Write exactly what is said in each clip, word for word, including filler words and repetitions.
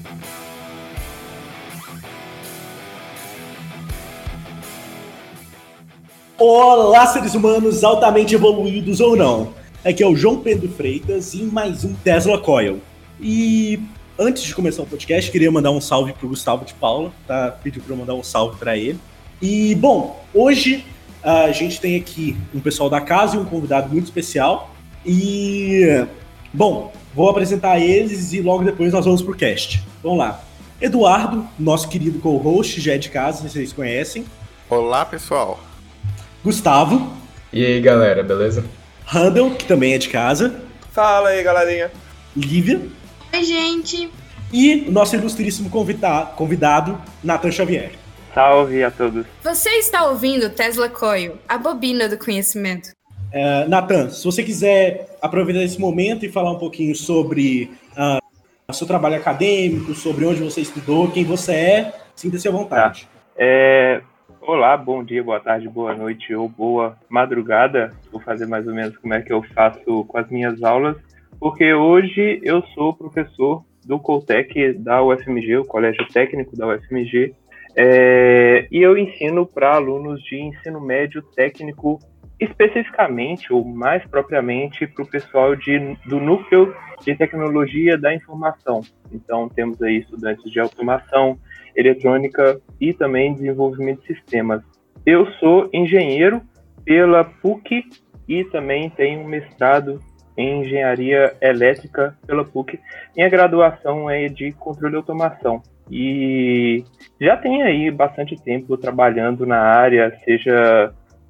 Olá, seres humanos altamente evoluídos ou não. Aqui é o João Pedro Freitas em mais um Tesla Coil. E antes de começar o podcast, queria mandar um salve pro Gustavo de Paula, tá? Pediu para eu mandar um salve para ele. E, bom, hoje a gente tem aqui um pessoal da casa e um convidado muito especial. E, bom, vou apresentar eles e logo depois nós vamos pro cast. Vamos lá. Eduardo, nosso querido co-host, já é de casa, vocês conhecem. Olá, pessoal. Gustavo. E aí, galera, beleza? Randall, que também é de casa. Fala aí, galerinha. Lívia. Oi, gente. E o nosso ilustríssimo convida- convidado, Nathan Xavier. Salve a todos. Você está ouvindo Tesla Coil, a bobina do conhecimento. Uh, Nathan, se você quiser aproveitar esse momento e falar um pouquinho sobre uh, o seu trabalho acadêmico, sobre onde você estudou, quem você é, sinta-se à vontade. Tá. É... Olá, bom dia, boa tarde, boa noite ou boa madrugada. Vou fazer mais ou menos como é que eu faço com as minhas aulas, porque hoje eu sou professor do Coltec da U F M G, o Colégio Técnico da U F M G, é, e eu ensino para alunos de ensino médio técnico, especificamente, ou mais propriamente, para o pessoal de, do Núcleo de Tecnologia da Informação. Então, temos aí estudantes de automação, eletrônica e também desenvolvimento de sistemas. Eu sou engenheiro pela P U C e também tenho um mestrado em engenharia elétrica pela P U C. Minha graduação é de controle e automação. E já tenho aí bastante tempo trabalhando na área, seja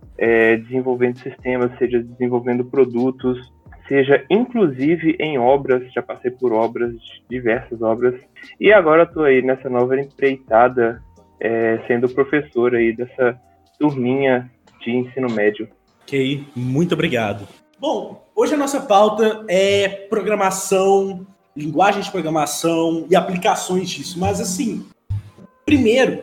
é, desenvolvendo sistemas, seja desenvolvendo produtos, seja inclusive em obras, já passei por obras, diversas obras, e agora estou aí nessa nova empreitada, é, sendo professor aí dessa turminha de ensino médio. Ok, muito obrigado. Bom, hoje a nossa pauta é programação, linguagem de programação e aplicações disso, mas assim, primeiro,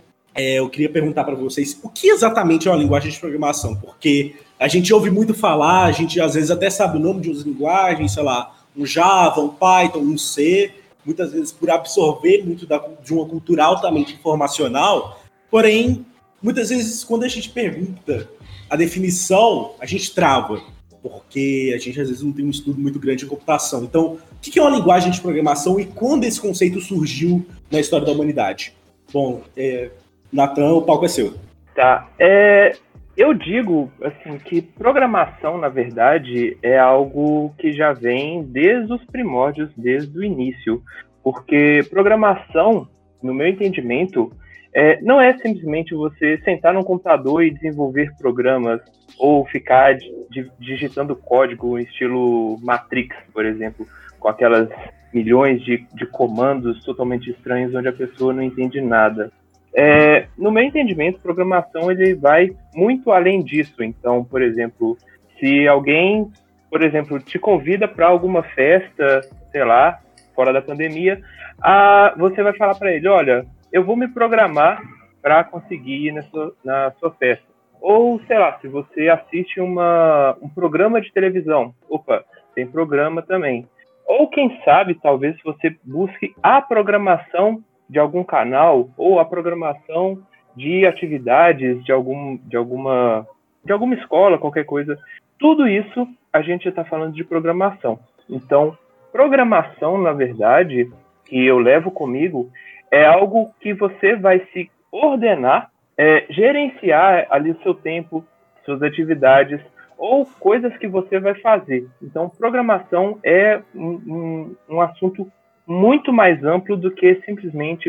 é, eu queria perguntar para vocês o que exatamente é uma linguagem de programação, porque a gente ouve muito falar, a gente às vezes até sabe o nome de outras linguagens, sei lá, um Java, um Python, um C, muitas vezes por absorver muito da, de uma cultura altamente informacional, porém, muitas vezes quando a gente pergunta a definição, a gente trava, porque a gente às vezes não tem um estudo muito grande em computação. Então, o que é uma linguagem de programação e quando esse conceito surgiu na história da humanidade? Bom, é, Nathan, o palco é seu. Tá, é... Eu digo assim, que programação, na verdade, é algo que já vem desde os primórdios, desde o início. Porque programação, no meu entendimento, é, não é simplesmente você sentar num computador e desenvolver programas ou ficar di- digitando código em estilo Matrix, por exemplo, com aquelas milhões de, de comandos totalmente estranhos onde a pessoa não entende nada. É, no meu entendimento, programação ele vai muito além disso. Então, por exemplo, se alguém, por exemplo, te convida para alguma festa, sei lá, fora da pandemia, a, você vai falar para ele, olha, eu vou me programar para conseguir ir na sua, na sua festa. Ou, sei lá, se você assiste uma, um programa de televisão, opa, tem programa também. Ou, quem sabe, talvez você busque a programação de algum canal ou a programação de atividades de, algum, de, alguma, de alguma escola, qualquer coisa. Tudo isso a gente está falando de programação. Então, programação, na verdade, que eu levo comigo, é algo que você vai se ordenar, é, gerenciar ali o seu tempo, suas atividades ou coisas que você vai fazer. Então, programação é um, um, um assunto muito mais amplo do que simplesmente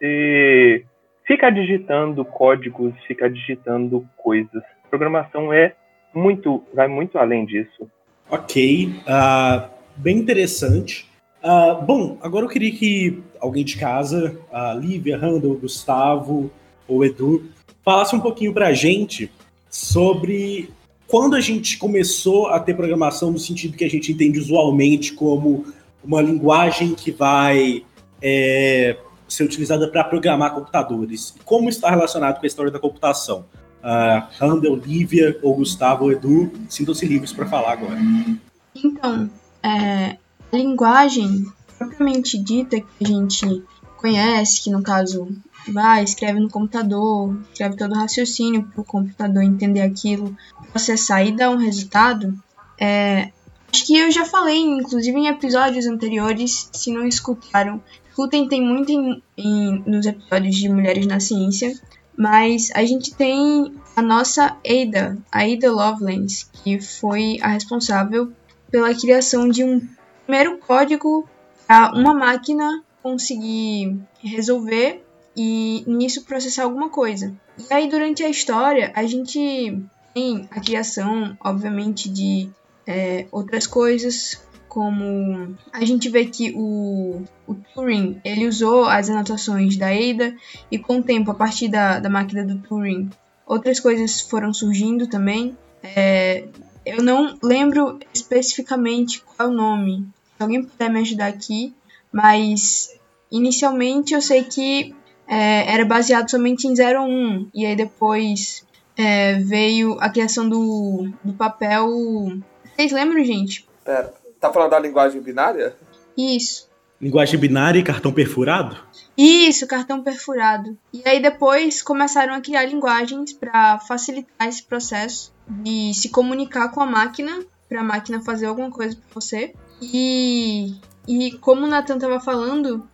você ficar digitando códigos, ficar digitando coisas. Programação é muito, vai muito além disso. Ok, uh, bem interessante. Uh, bom, agora eu queria que alguém de casa, a Lívia, Randall, Gustavo ou Edu, falasse um pouquinho pra gente sobre quando a gente começou a ter programação no sentido que a gente entende usualmente como uma linguagem que vai é, ser utilizada para programar computadores. Como está relacionado com a história da computação? Uh, Randall, Lívia, ou Gustavo, ou Edu, sintam-se livres para falar agora. Então, é, a linguagem propriamente dita que a gente conhece, que no caso vai, escreve no computador, escreve todo o raciocínio para o computador entender aquilo, processar e dar um resultado. É, acho que eu já falei, inclusive em episódios anteriores, se não escutaram, escutem, tem muito em, em, nos episódios de Mulheres na Ciência, mas a gente tem a nossa Ada, a Ada Lovelace, que foi a responsável pela criação de um primeiro código para uma máquina conseguir resolver e nisso processar alguma coisa. E aí durante a história a gente tem a criação, obviamente, de é, outras coisas, como a gente vê que o, o Turing, ele usou as anotações da Ada e com o tempo, a partir da, da máquina do Turing, outras coisas foram surgindo também. É, eu não lembro especificamente qual é o nome, se alguém puder me ajudar aqui, mas inicialmente eu sei que é, era baseado somente em zero um, e aí depois é, veio a criação do, do papel. Vocês lembram, gente? Pera, tá falando da linguagem binária? Isso. Linguagem binária e cartão perfurado? Isso, cartão perfurado. E aí depois começaram a criar linguagens para facilitar esse processo de se comunicar com a máquina, para a máquina fazer alguma coisa para você. E, e como o Nathan estava falando,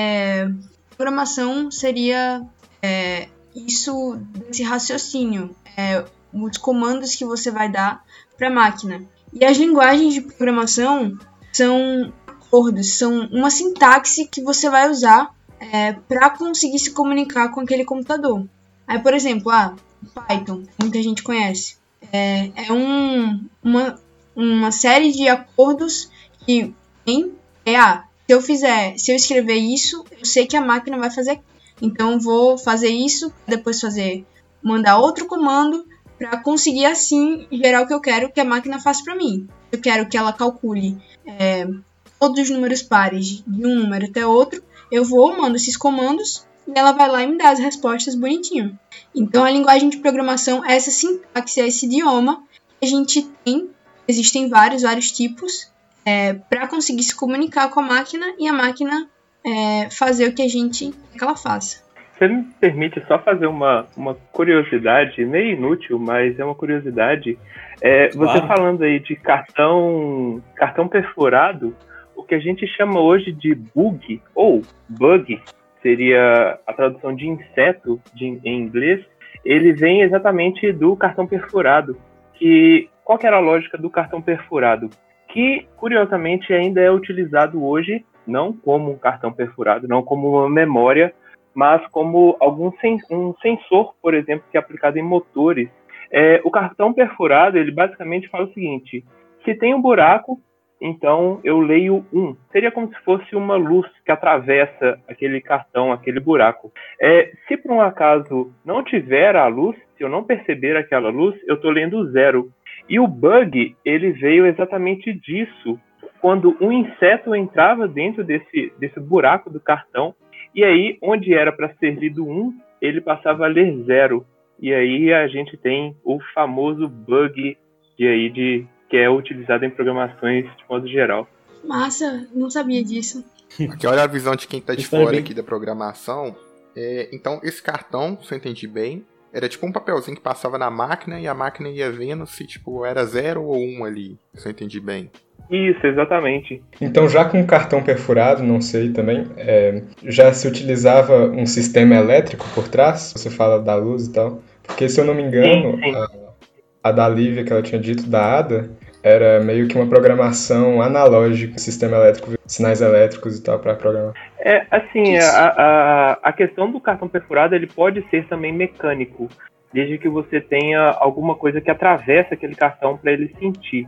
é, programação seria é, isso, desse raciocínio, é, os comandos que você vai dar para a máquina. E as linguagens de programação são acordos, são uma sintaxe que você vai usar é, para conseguir se comunicar com aquele computador. Aí, por exemplo, ah, Python, muita gente conhece, é, é um, uma, uma série de acordos que tem, é, ah, se eu fizer, se eu escrever isso, eu sei que a máquina vai fazer, então eu vou fazer isso, depois fazer, mandar outro comando para conseguir assim gerar o que eu quero que a máquina faça para mim. Eu quero que ela calcule é, todos os números pares de um número até outro, eu vou, mando esses comandos e ela vai lá e me dá as respostas bonitinho. Então a linguagem de programação é essa sintaxe, é esse idioma que a gente tem, existem vários, vários tipos, é, para conseguir se comunicar com a máquina e a máquina é, fazer o que a gente quer que ela faça. Você me permite só fazer uma, uma curiosidade, meio inútil, mas é uma curiosidade. É, você Claro. falando aí de cartão, cartão perfurado, o que a gente chama hoje de bug, ou bug, seria a tradução de inseto de, em inglês, ele vem exatamente do cartão perfurado. Que, qual que era a lógica do cartão perfurado? Que, curiosamente, ainda é utilizado hoje, não como um cartão perfurado, não como uma memória, mas como algum sen- um sensor, por exemplo, que é aplicado em motores. É, o cartão perfurado, ele basicamente fala o seguinte: se tem um buraco, então eu leio um. Seria como se fosse uma luz que atravessa aquele cartão, aquele buraco. É, se por um acaso não tiver a luz, se eu não perceber aquela luz, eu estou lendo zero. E o bug, ele veio exatamente disso, quando um inseto entrava dentro desse, desse buraco do cartão, e aí, onde era para ser lido um, ele passava a ler zero. E aí a gente tem o famoso bug de aí de, que é utilizado em programações de modo geral. Massa, não sabia disso. Aqui, olha a visão de quem tá de Isso é fora bem- aqui da programação. É, então, esse cartão, se eu entendi bem, era tipo um papelzinho que passava na máquina e a máquina ia vendo se tipo era zero ou um ali, se eu entendi bem. Isso, exatamente. Então, já com cartão perfurado, não sei também, é, já se utilizava um sistema elétrico por trás? Você fala da luz e tal. Porque, se eu não me engano, Sim, sim. a, a da Lívia, que ela tinha dito, da Ada, era meio que uma programação analógica, sistema elétrico, sinais elétricos e tal, para programar. É, assim, a, a, a questão do cartão perfurado, ele pode ser também mecânico, desde que você tenha alguma coisa que atravessa aquele cartão para ele sentir.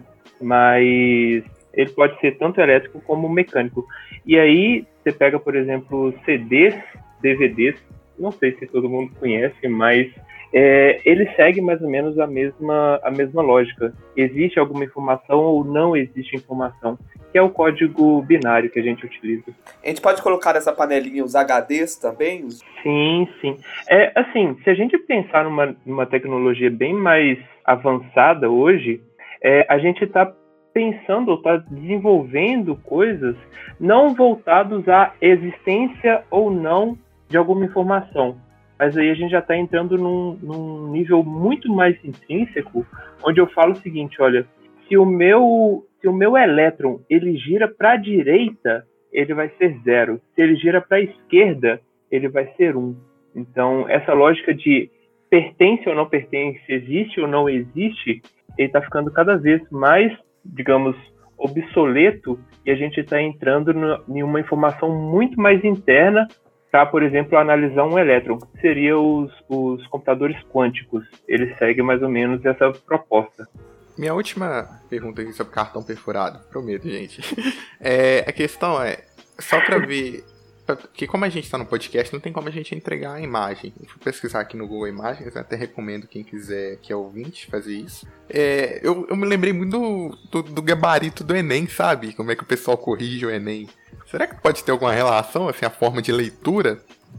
Mas ele pode ser tanto elétrico como mecânico. E aí, você pega, por exemplo, C Ds, D V Ds, não sei se todo mundo conhece, mas é, ele segue mais ou menos a mesma, a mesma lógica. Existe alguma informação ou não existe informação, que é o código binário que a gente utiliza. A gente pode colocar nessa panelinha os H Ds também? Os- Sim, sim. É, assim, se a gente pensar numa, numa tecnologia bem mais avançada hoje, é, a gente está pensando ou está desenvolvendo coisas não voltados à existência ou não de alguma informação. Mas aí a gente já está entrando num, num nível muito mais intrínseco, onde eu falo o seguinte, olha, se o meu, se o meu elétron ele gira para a direita, ele vai ser zero. Se ele gira para a esquerda, ele vai ser um. Então, essa lógica de pertence ou não pertence, existe ou não existe, ele está ficando cada vez mais, digamos, obsoleto, e a gente está entrando no, em uma informação muito mais interna para, por exemplo, analisar um elétron. Seria os, os computadores quânticos. Eles seguem mais ou menos essa proposta. Minha última pergunta aqui sobre cartão perfurado, prometo, gente. É, a questão é, só para ver, que como a gente está no podcast, não tem como a gente entregar a imagem. Eu fui pesquisar aqui no Google Imagens, até recomendo quem quiser, que é ouvinte, fazer isso. É, eu, eu me lembrei muito do, do, do gabarito do Enem, sabe? Como é que o pessoal corrige o Enem. Será que pode ter alguma relação, assim, a forma de leitura?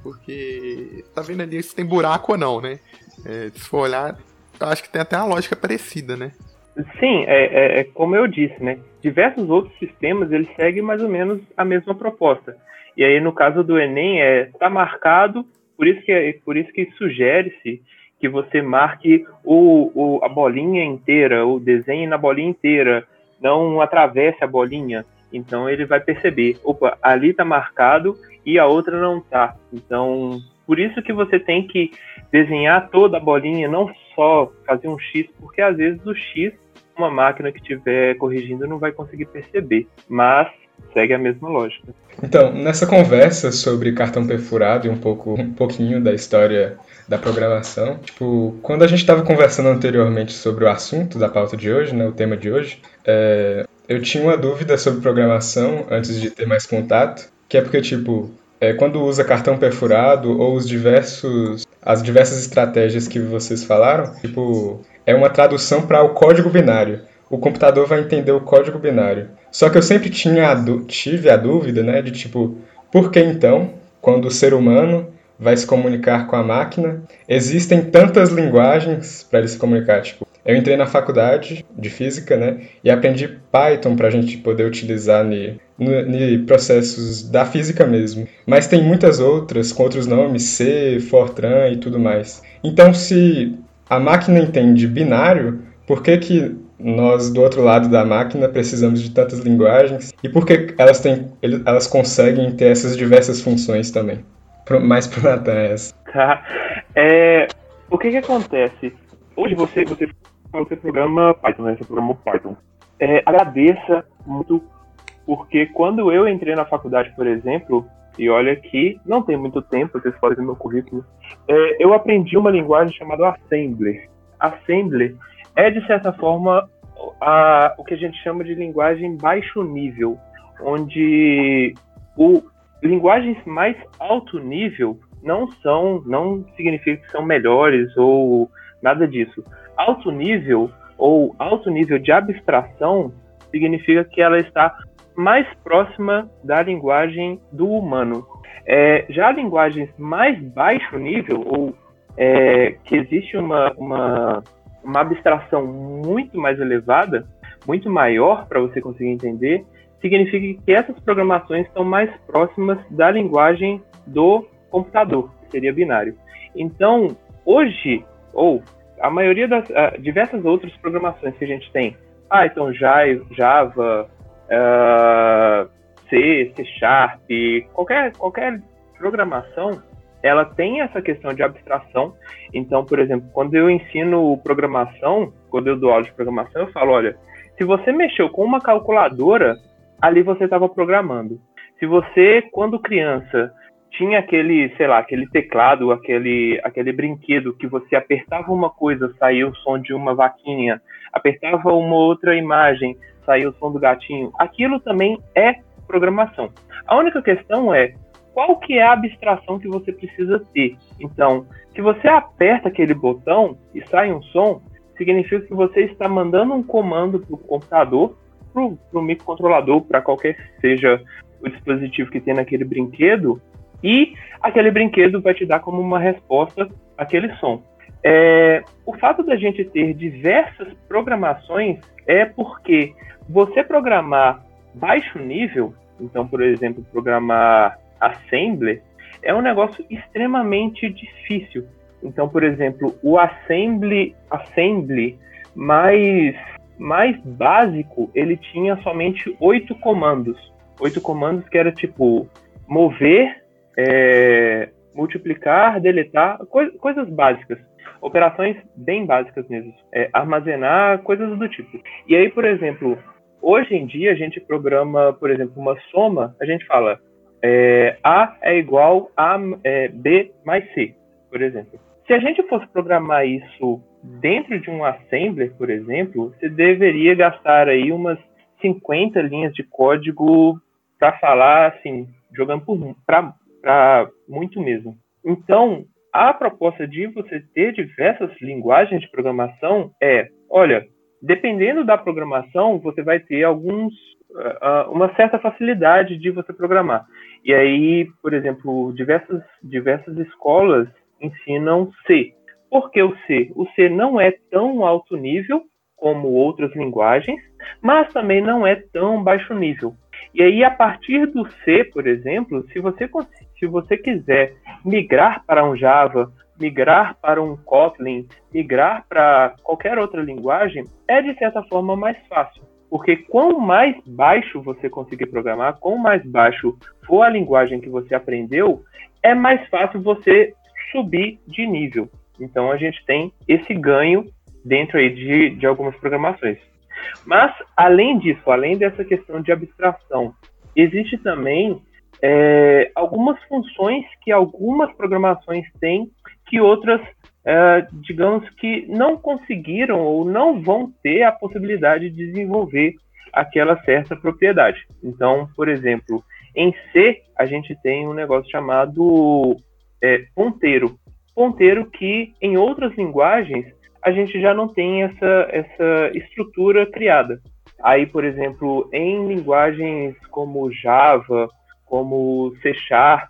Porque tá vendo ali se tem buraco ou não, né? É, se for olhar, eu acho que tem até uma lógica parecida, né? Sim, é, é, é como eu disse, né? Diversos outros sistemas, eles seguem mais ou menos a mesma proposta. E aí, no caso do Enem, é, tá marcado, por isso que, por isso que sugere-se que você marque o, o, a bolinha inteira, o desenho na bolinha inteira, não atravesse a bolinha. Então, ele vai perceber, opa, ali tá marcado e a outra não tá. Então, por isso que você tem que desenhar toda a bolinha, não só fazer um X, porque às vezes o X, uma máquina que estiver corrigindo não vai conseguir perceber, mas segue a mesma lógica. Então, nessa conversa sobre cartão perfurado e um, pouco, um pouquinho da história da programação, tipo, quando a gente estava conversando anteriormente sobre o assunto da pauta de hoje, né, o tema de hoje, é, eu tinha uma dúvida sobre programação antes de ter mais contato, que é porque, tipo, é, quando usa cartão perfurado ou os diversos, as diversas estratégias que vocês falaram, tipo, é uma tradução para o código binário. O computador vai entender o código binário. Só que eu sempre tinha a du- tive a dúvida, né, de tipo, por que então, quando o ser humano vai se comunicar com a máquina, existem tantas linguagens para ele se comunicar? Tipo, eu entrei na faculdade de física, né, e aprendi Python para a gente poder utilizar em processos da física mesmo. Mas tem muitas outras com outros nomes, C, Fortran e tudo mais. Então, se a máquina entende binário, por que que nós, do outro lado da máquina, precisamos de tantas linguagens? E por que elas, têm, elas conseguem ter essas diversas funções também? Pro, mais pro Nathan, essa. Tá. É, o que que acontece? Hoje você, você, você programa Python, né? Você programou Python. É, agradeça muito, porque quando eu entrei na faculdade, por exemplo, e olha que não tem muito tempo, vocês podem ver meu currículo, é, eu aprendi uma linguagem chamada Assembler. Assembler é, de certa forma, a, o que a gente chama de linguagem baixo nível, onde o, linguagens mais alto nível não são, não significa que são melhores ou nada disso. Alto nível ou alto nível de abstração significa que ela está mais próxima da linguagem do humano. É, já linguagens mais baixo nível, ou é, que existe uma, uma, uma abstração muito mais elevada, muito maior para você conseguir entender, significa que essas programações estão mais próximas da linguagem do computador, que seria binário. Então, hoje, ou a maioria das uh, diversas outras programações que a gente tem, Python, Java, uh, C, C Sharp, qualquer, qualquer programação, ela tem essa questão de abstração. Então, por exemplo, quando eu ensino programação, quando eu dou aula de programação, eu falo, olha, se você mexeu com uma calculadora, ali você estava programando. Se você, quando criança, tinha aquele, sei lá, aquele teclado, aquele, aquele brinquedo que você apertava uma coisa, saía o som de uma vaquinha, apertava uma outra imagem, saía o som do gatinho, aquilo também é programação. A única questão é, qual que é a abstração que você precisa ter? Então, se você aperta aquele botão e sai um som, significa que você está mandando um comando para o computador, para o microcontrolador, para qualquer que seja o dispositivo que tem naquele brinquedo, e aquele brinquedo vai te dar como uma resposta aquele som. É, o fato da gente ter diversas programações é porque você programar baixo nível, então, por exemplo, programar Assembly, é um negócio extremamente difícil. Então, por exemplo, o Assembly, Assembly mais, mais básico, ele tinha somente oito comandos. Oito comandos que era tipo mover, é, multiplicar, deletar, coi- coisas básicas. Operações bem básicas mesmo. É, armazenar, coisas do tipo. E aí, por exemplo, hoje em dia a gente programa, por exemplo, uma soma, a gente fala é, A é igual a é, B mais C, por exemplo. Se a gente fosse programar isso dentro de um assembler, por exemplo, você deveria gastar aí umas cinquenta linhas de código para falar, assim, jogando para muito mesmo. Então, a proposta de você ter diversas linguagens de programação é, olha, dependendo da programação, você vai ter alguns, uh, uma certa facilidade de você programar. E aí, por exemplo, diversas, diversas escolas ensinam C. Por que o C? O C não é tão alto nível como outras linguagens, mas também não é tão baixo nível. E aí, a partir do C, por exemplo, se você, se você quiser migrar para um Java, migrar para um Kotlin, migrar para qualquer outra linguagem, é de certa forma mais fácil. Porque quanto mais baixo você conseguir programar, quanto mais baixo for a linguagem que você aprendeu, é mais fácil você subir de nível. Então a gente tem esse ganho dentro aí de, de algumas programações. Mas, além disso, além dessa questão de abstração, existe também é, algumas funções que algumas programações têm que outras, é, digamos que não conseguiram ou não vão ter a possibilidade de desenvolver aquela certa propriedade. Então, por exemplo, em C, a gente tem um negócio chamado é, ponteiro. Ponteiro que, em outras linguagens, a gente já não tem essa, essa estrutura criada. Aí, por exemplo, em linguagens como Java, como C Sharp,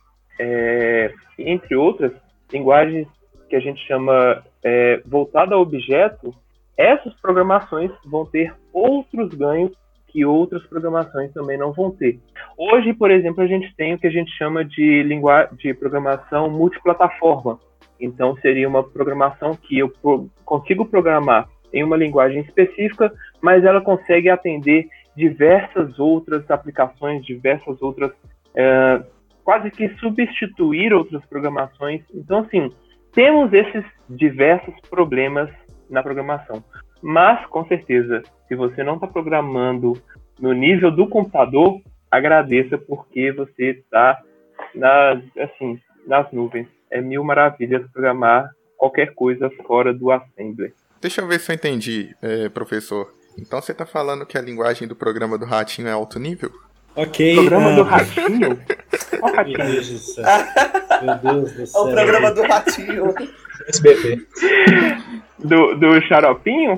é, entre outras, linguagens que a gente chama é, voltada a objeto, essas programações vão ter outros ganhos que outras programações também não vão ter. Hoje, por exemplo, a gente tem o que a gente chama de, lingu... de programação multiplataforma. Então, seria uma programação que eu pro... consigo programar em uma linguagem específica, mas ela consegue atender diversas outras aplicações, diversas outras... É... quase que substituir outras programações. Então, assim, temos esses diversos problemas na programação. Mas, com certeza, se você não está programando no nível do computador, agradeça, porque você está nas, assim, nas nuvens. É mil maravilhas programar qualquer coisa fora do Assembly. Deixa eu ver se eu entendi, é, professor. Então você está falando que a linguagem do programa do Ratinho é alto nível? Ok. Programa uh... do Ratinho? Qual Meu Ratinho? Deus do céu. Meu Deus do É céu. o programa do Ratinho. S B T. Do, do Xaropinho?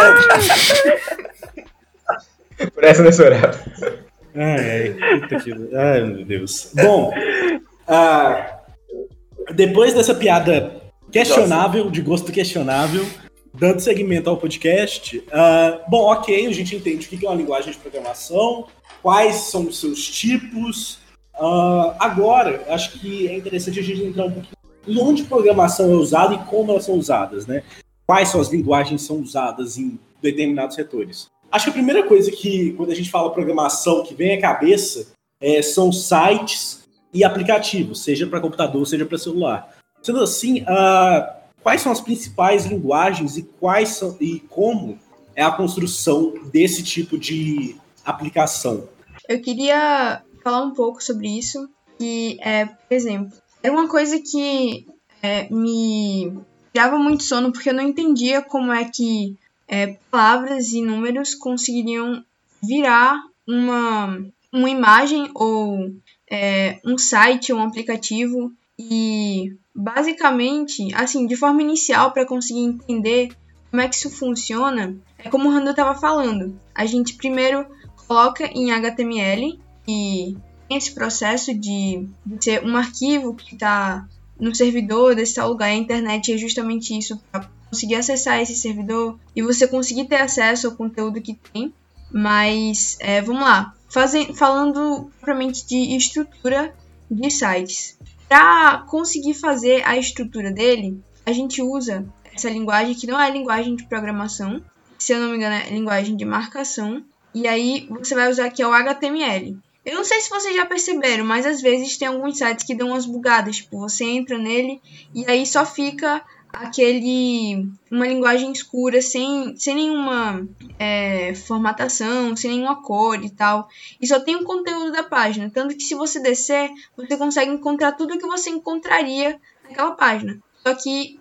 Por essa nesse horário. Ai, ai, puta que... ai, meu Deus. Bom, ah, depois dessa piada questionável, de gosto questionável, dando seguimento ao podcast, ah, bom, ok, a gente entende o que é uma linguagem de programação, quais são os seus tipos. Ah, agora, acho que é interessante a gente entrar um pouquinho em onde programação é usada e como elas são usadas, né? Quais são as linguagens que são usadas em determinados setores. Acho que a primeira coisa que, quando a gente fala programação, que vem à cabeça, é, são sites e aplicativos, seja para computador, seja para celular. Sendo assim, uh, quais são as principais linguagens e, quais são, e como é a construção desse tipo de aplicação? Eu queria falar um pouco sobre isso, que é, por exemplo, era uma coisa que é, me dava muito sono, porque eu não entendia como é que é, palavras e números conseguiriam virar uma, uma imagem ou é, um site ou um aplicativo. E basicamente, assim, de forma inicial, para conseguir entender como é que isso funciona, é como o Rando estava falando. A gente primeiro coloca em H T M L e tem esse processo de, de ser um arquivo que está no servidor desse tal lugar. A internet é justamente isso, para conseguir acessar esse servidor e você conseguir ter acesso ao conteúdo que tem. Mas, é, vamos lá. Fazem, falando propriamente de estrutura de sites. Para conseguir fazer a estrutura dele, a gente usa essa linguagem que não é linguagem de programação. Se eu não me engano, é linguagem de marcação. E aí, você vai usar aqui o H T M L. Eu não sei se vocês já perceberam, mas às vezes tem alguns sites que dão umas bugadas. Tipo, você entra nele e aí só fica aquele... uma linguagem escura, sem, sem nenhuma é, formatação, sem nenhuma cor e tal. E só tem o conteúdo da página. Tanto que se você descer, você consegue encontrar tudo o que você encontraria naquela página. Só que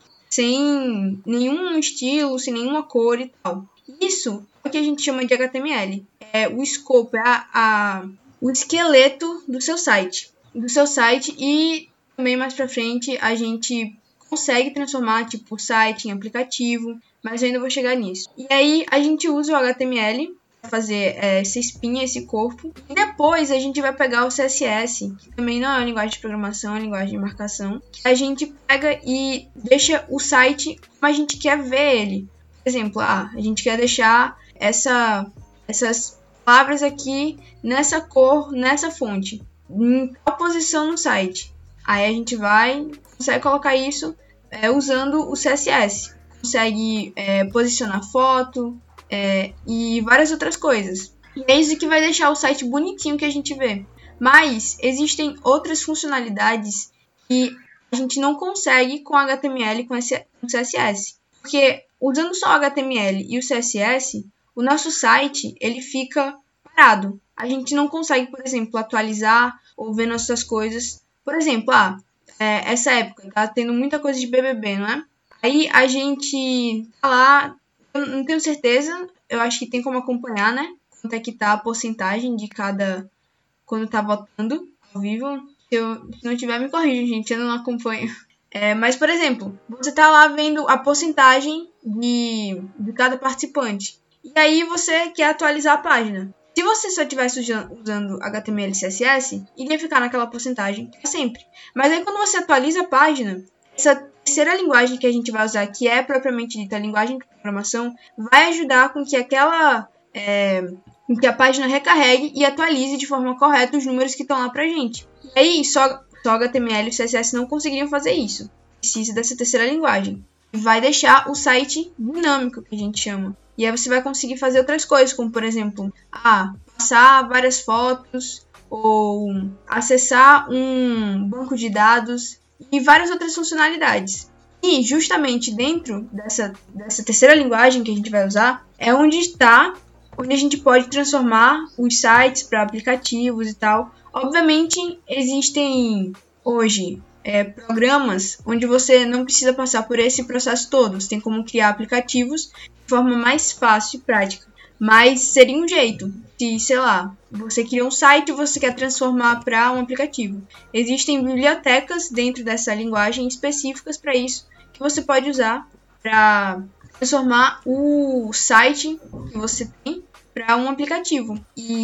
sem nenhum estilo, sem nenhuma cor e tal. Isso é o que a gente chama de H T M L. É o escopo, é a... a o esqueleto do seu site, do seu site e também mais pra frente a gente consegue transformar tipo o site em aplicativo, mas eu ainda vou chegar nisso. E aí a gente usa o H T M L para fazer é, essa espinha, esse corpo, e depois a gente vai pegar o C S S, que também não é uma linguagem de programação, é uma linguagem de marcação, que a gente pega e deixa o site como a gente quer ver ele. Por exemplo, ah, a gente quer deixar essa, essas palavras aqui nessa cor, nessa fonte, em tal posição no site. Aí a gente vai, consegue colocar isso é, usando o C S S. Consegue é, posicionar foto é, e várias outras coisas. E é isso que vai deixar o site bonitinho que a gente vê. Mas existem outras funcionalidades que a gente não consegue com H T M L e com C S S. Porque usando só o H T M L e o C S S, o nosso site ele fica parado. A gente não consegue, por exemplo, atualizar ou ver nossas coisas. Por exemplo, ah, é, essa época tá tendo muita coisa de B B B, não é? Aí a gente tá lá, eu não tenho certeza, eu acho que tem como acompanhar, né? Quanto é que tá a porcentagem de cada... quando tá votando ao vivo. Se, eu, se não tiver, me corrija, gente, eu não acompanho. É, mas, por exemplo, você tá lá vendo a porcentagem de, de cada participante. E aí você quer atualizar a página. Se você só estivesse usando H T M L e C S S, iria ficar naquela porcentagem para sempre. Mas aí quando você atualiza a página, essa terceira linguagem que a gente vai usar, que é propriamente dita a linguagem de programação, vai ajudar com que aquela... É, com que a página recarregue e atualize de forma correta os números que estão lá pra gente. E aí só, só H T M L e C S S não conseguiriam fazer isso. Precisa dessa terceira linguagem. Vai deixar o site dinâmico, que a gente chama. E aí você vai conseguir fazer outras coisas, como por exemplo, ah, passar várias fotos, ou acessar um banco de dados, e várias outras funcionalidades. E justamente dentro dessa, dessa terceira linguagem que a gente vai usar, é onde está, onde a gente pode transformar os sites para aplicativos e tal. Obviamente, existem hoje... É, programas onde você não precisa passar por esse processo todo. Você tem como criar aplicativos de forma mais fácil e prática. Mas seria um jeito. Se, sei lá, você cria um site e você quer transformar para um aplicativo. Existem bibliotecas dentro dessa linguagem específicas para isso, que você pode usar para transformar o site que você tem para um aplicativo.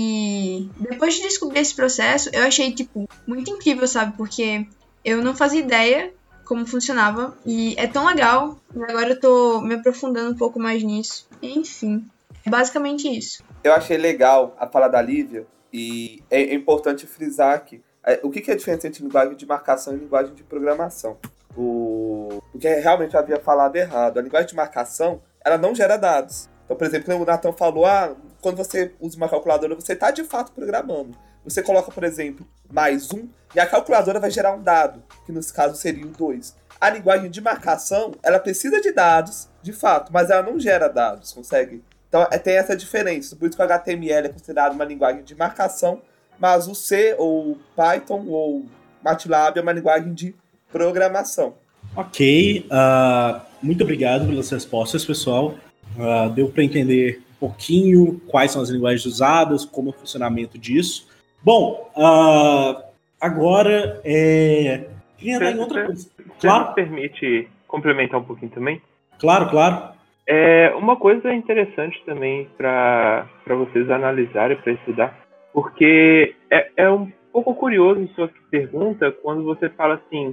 E depois de descobrir esse processo, eu achei, tipo, muito incrível, sabe? Porque eu não fazia ideia como funcionava e é tão legal, e agora eu tô me aprofundando um pouco mais nisso. Enfim, é basicamente isso. Eu achei legal a fala da Lívia e é importante frisar aqui. O que é a diferença entre linguagem de marcação e linguagem de programação? O... Porque realmente eu havia falado errado. A linguagem de marcação, ela não gera dados. Então, por exemplo, o Nathan falou, ah, quando você usa uma calculadora, você está de fato programando. Você coloca, por exemplo, mais um, e a calculadora vai gerar um dado, que nesse caso seria o dois. A linguagem de marcação, ela precisa de dados, de fato, mas ela não gera dados, consegue? Então, é, tem essa diferença. Por isso que o H T M L é considerado uma linguagem de marcação, mas o C, ou Python, ou MATLAB é uma linguagem de programação. Ok, uh, muito obrigado pelas respostas, pessoal. Uh, deu para entender um pouquinho quais são as linguagens usadas, como é o funcionamento disso. Bom, uh, agora é... queria entrar em outra coisa. Claro. Você me permite complementar um pouquinho também? Claro, claro. É, uma coisa interessante também para vocês analisarem, para estudar, porque é, é um pouco curioso em sua pergunta quando você fala assim,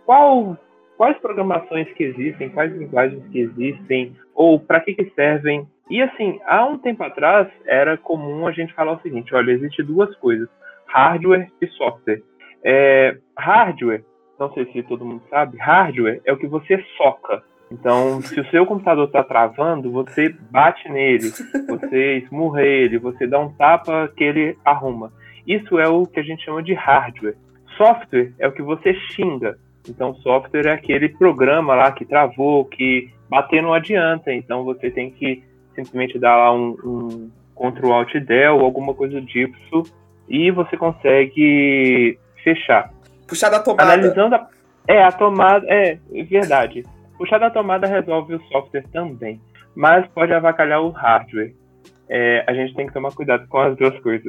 qual, quais programações que existem, quais linguagens que existem, ou para que, que servem. E assim, há um tempo atrás era comum a gente falar o seguinte: olha, existe duas coisas, hardware e software. É, hardware, não sei se todo mundo sabe, hardware é o que você soca. Então, se o seu computador está travando, você bate nele, você esmurra ele, você dá um tapa que ele arruma. Isso é o que a gente chama de hardware. Software é o que você xinga. Então, software é aquele programa lá que travou, que bater não adianta. Então, você tem que simplesmente dar lá um, um control alt del ou alguma coisa do tipo e você consegue fechar. Puxar da tomada. Analisando a... É, a tomada... É, é verdade. Puxar da tomada resolve o software também, mas pode avacalhar o hardware. É, a gente tem que tomar cuidado com as duas coisas.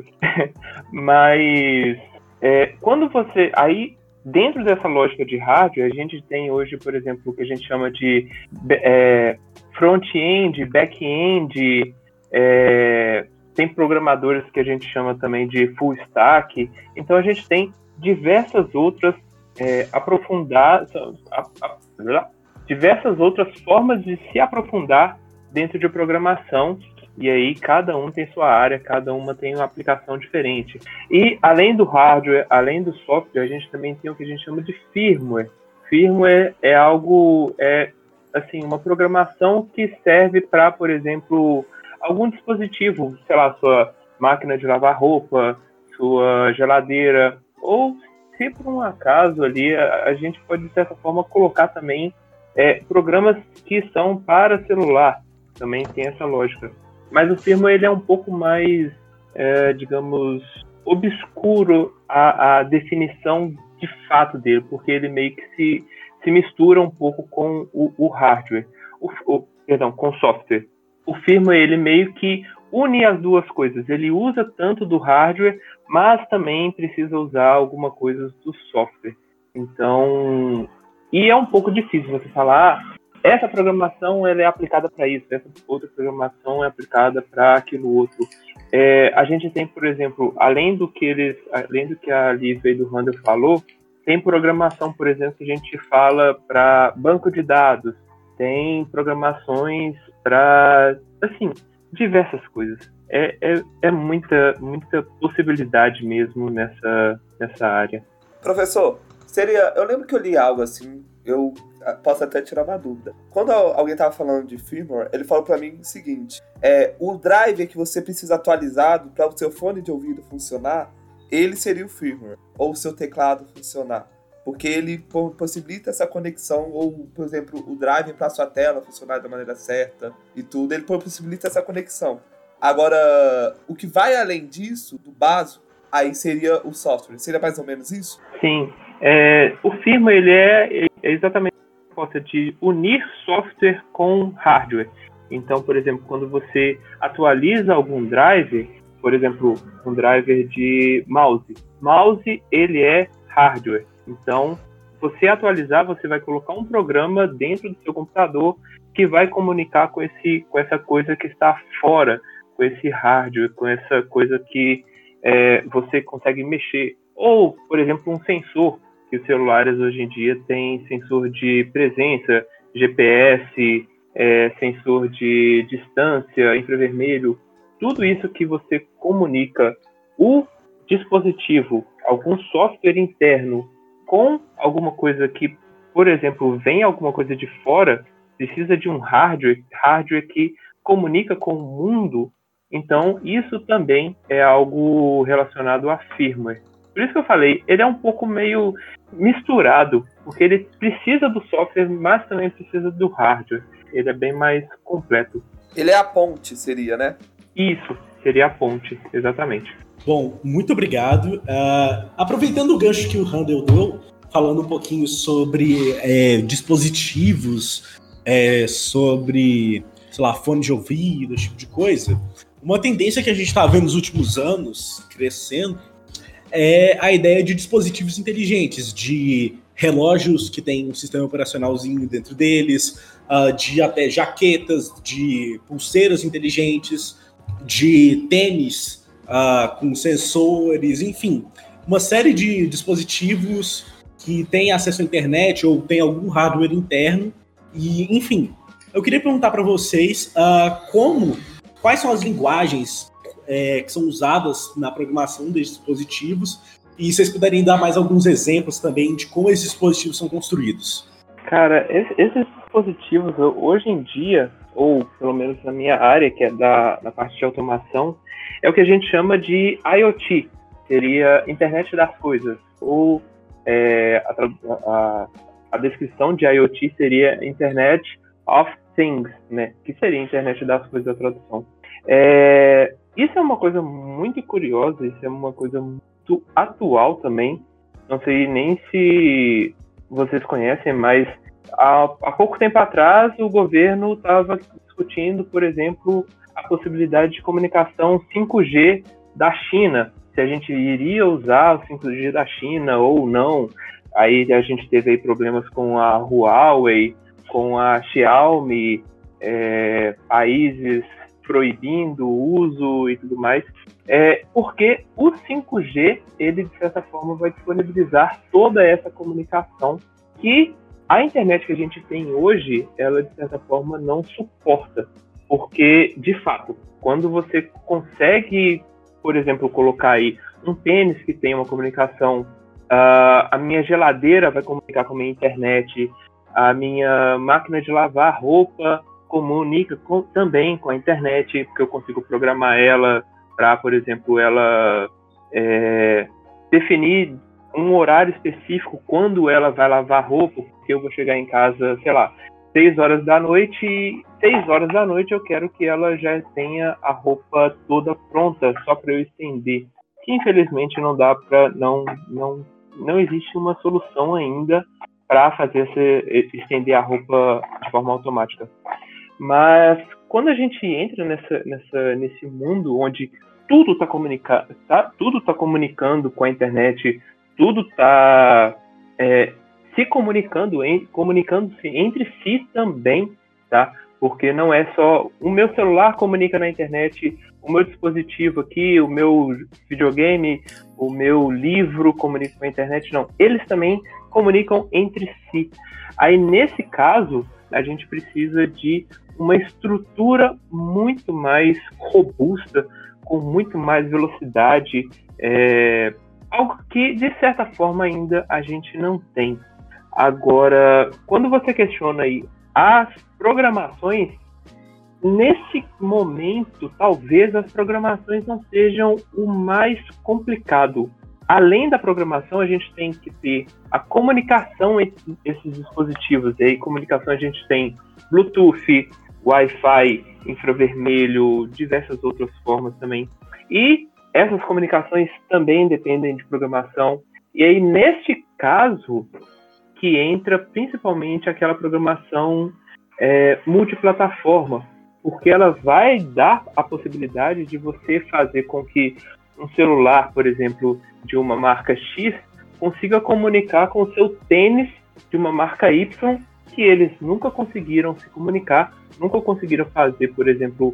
Mas é, quando você... Aí, dentro dessa lógica de hardware, a gente tem hoje, por exemplo, o que a gente chama de é, front-end, back-end, é, tem programadores que a gente chama também de full stack. Então, a gente tem diversas outras é, aprofundar... A, a, diversas outras formas de se aprofundar dentro de programação, e aí cada um tem sua área, cada uma tem uma aplicação diferente. E além do hardware, além do software, a gente também tem o que a gente chama de firmware. Firmware é algo, é assim, uma programação que serve para, por exemplo, algum dispositivo, sei lá, sua máquina de lavar roupa, sua geladeira, ou se por um acaso ali, a, a gente pode de certa forma colocar também É, programas que são para celular, também tem essa lógica. Mas o firmware ele é um pouco mais, é, digamos, obscuro a, a definição de fato dele, porque ele meio que se, se mistura um pouco com o, o hardware, o, o, perdão, com o software. O firmware ele meio que une as duas coisas, ele usa tanto do hardware, mas também precisa usar alguma coisa do software. Então... E é um pouco difícil você falar, ah, essa programação ela é aplicada para isso, essa outra programação é aplicada para aquilo outro. É, a gente tem, por exemplo, além do que eles, além do que a Lívia e do Randall falou, tem programação, por exemplo, que a gente fala para banco de dados, tem programações para, assim, diversas coisas. É, é, é muita, muita possibilidade mesmo nessa, nessa área. Professor, seria, eu lembro que eu li algo assim, eu posso até tirar uma dúvida. Quando alguém estava falando de firmware, ele falou para mim o seguinte, é, o driver que você precisa atualizado para o seu fone de ouvido funcionar, ele seria o firmware, ou o seu teclado funcionar. Porque ele possibilita essa conexão, ou, por exemplo, o driver para a sua tela funcionar da maneira certa e tudo, ele possibilita essa conexão. Agora, o que vai além disso, do básico, aí seria o software. Seria mais ou menos isso? Sim. É, o firmware ele é, é exatamente a proposta de unir software com hardware. Então, por exemplo, quando você atualiza algum driver, por exemplo, um driver de mouse. Mouse, ele é hardware. Então, você atualizar, você vai colocar um programa dentro do seu computador que vai comunicar com, esse, com essa coisa que está fora, com esse hardware, com essa coisa que é, você consegue mexer. Ou, por exemplo, um sensor, que os celulares hoje em dia têm sensor de presença, G P S, é, sensor de distância, infravermelho, tudo isso que você comunica o dispositivo, algum software interno com alguma coisa que, por exemplo, vem alguma coisa de fora, precisa de um hardware, hardware que comunica com o mundo, então isso também é algo relacionado a firmware. Por isso que eu falei, ele é um pouco meio misturado, porque ele precisa do software, mas também precisa do hardware. Ele é bem mais completo. Ele é a ponte, seria, né? Isso, seria a ponte, exatamente. Bom, muito obrigado. Uh, aproveitando o gancho que o Randall deu, falando um pouquinho sobre é, dispositivos, é, sobre, sei lá, fone de ouvido, esse tipo de coisa, uma tendência que a gente está vendo nos últimos anos, crescendo, é a ideia de dispositivos inteligentes, de relógios que tem um sistema operacionalzinho dentro deles, uh, de até jaquetas, de pulseiras inteligentes, de tênis uh, com sensores, enfim, uma série de dispositivos que tem acesso à internet ou tem algum hardware interno. E, enfim, eu queria perguntar para vocês uh, como, quais são as linguagens é, que são usadas na programação desses dispositivos, e se vocês puderem dar mais alguns exemplos também de como esses dispositivos são construídos. Cara, esses dispositivos, hoje em dia, ou pelo menos na minha área, que é da, da parte de automação, é o que a gente chama de IoT, seria Internet das Coisas, ou é, a, a, a descrição de IoT seria Internet of Things, né? Que seria Internet das Coisas, a tradução. É, isso é uma coisa muito curiosa, isso é uma coisa muito atual também. Não sei nem se vocês conhecem, mas há, há pouco tempo atrás o governo estava discutindo, por exemplo, a possibilidade de comunicação cinco G da China, se a gente iria usar o cinco G da China ou não. Aí a gente teve aí problemas com a Huawei, com a Xiaomi, é, países proibindo o uso e tudo mais, é, porque o cinco G, ele de certa forma vai disponibilizar toda essa comunicação que a internet que a gente tem hoje, ela de certa forma não suporta, porque de fato, quando você consegue, por exemplo, colocar aí um tênis que tem uma comunicação, uh, a minha geladeira vai comunicar com a minha internet, a minha máquina de lavar roupa comunica com, também com a internet, porque eu consigo programar ela para, por exemplo, ela é, definir um horário específico quando ela vai lavar roupa, porque eu vou chegar em casa, sei lá, seis horas da noite, e seis horas da noite eu quero que ela já tenha a roupa toda pronta, só para eu estender. Que infelizmente não dá para, não, não, não existe uma solução ainda para fazer esse, estender a roupa de forma automática. Mas quando a gente entra nessa, nessa, nesse mundo onde tudo está comunica- tá, tudo tá comunicando com a internet, tudo está é, se comunicando, em, comunicando-se entre si também, tá? Porque não é só o meu celular comunica na internet, o meu dispositivo aqui, o meu videogame, o meu livro comunica com a internet, não. Eles também comunicam entre si. Aí, nesse caso, a gente precisa de uma estrutura muito mais robusta, com muito mais velocidade, é, algo que, de certa forma, ainda a gente não tem. Agora, quando você questiona aí as programações, nesse momento, talvez as programações não sejam o mais complicado. Além da programação, a gente tem que ter a comunicação entre esses dispositivos. E aí, comunicação a gente tem Bluetooth, Wi-Fi, infravermelho, diversas outras formas também. E essas comunicações também dependem de programação. E aí, neste caso, que entra principalmente aquela programação é, multiplataforma, porque ela vai dar a possibilidade de você fazer com que um celular, por exemplo, de uma marca X, consiga comunicar com o seu tênis de uma marca Y, que eles nunca conseguiram se comunicar, nunca conseguiram fazer, por exemplo,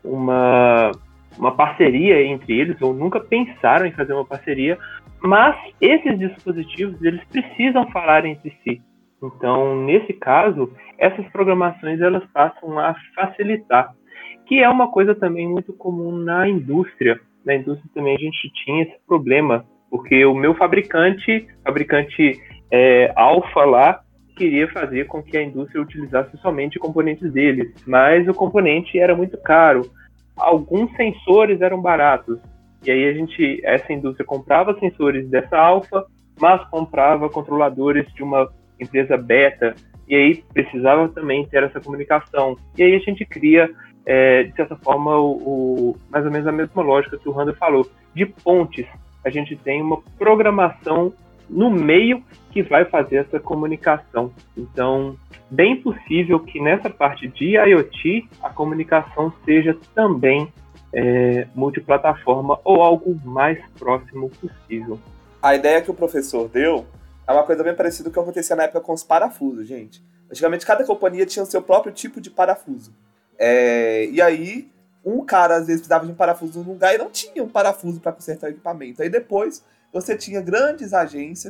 uma, uma parceria entre eles, ou nunca pensaram em fazer uma parceria, mas esses dispositivos, eles precisam falar entre si. Então, nesse caso, essas programações, elas passam a facilitar, que é uma coisa também muito comum na indústria. Na indústria também a gente tinha esse problema, porque o meu fabricante, fabricante é, Alfa lá, queria fazer com que a indústria utilizasse somente componentes deles, mas o componente era muito caro. Alguns sensores eram baratos, e aí a gente, essa indústria comprava sensores dessa Alfa, mas comprava controladores de uma empresa beta, e aí precisava também ter essa comunicação. E aí a gente cria, é, de certa forma, o, o, mais ou menos a mesma lógica que o Rando falou, de pontes. A gente tem uma programação no meio que vai fazer essa comunicação. Então, bem possível que nessa parte de IoT a comunicação seja também é, multiplataforma ou algo mais próximo possível. A ideia que o professor deu é uma coisa bem parecida com o que acontecia na época com os parafusos, gente. Antigamente, cada companhia tinha o seu próprio tipo de parafuso. É, e aí, um cara, às vezes, precisava de um parafuso num lugar e não tinha um parafuso para consertar o equipamento. Aí depois, você tinha grandes agências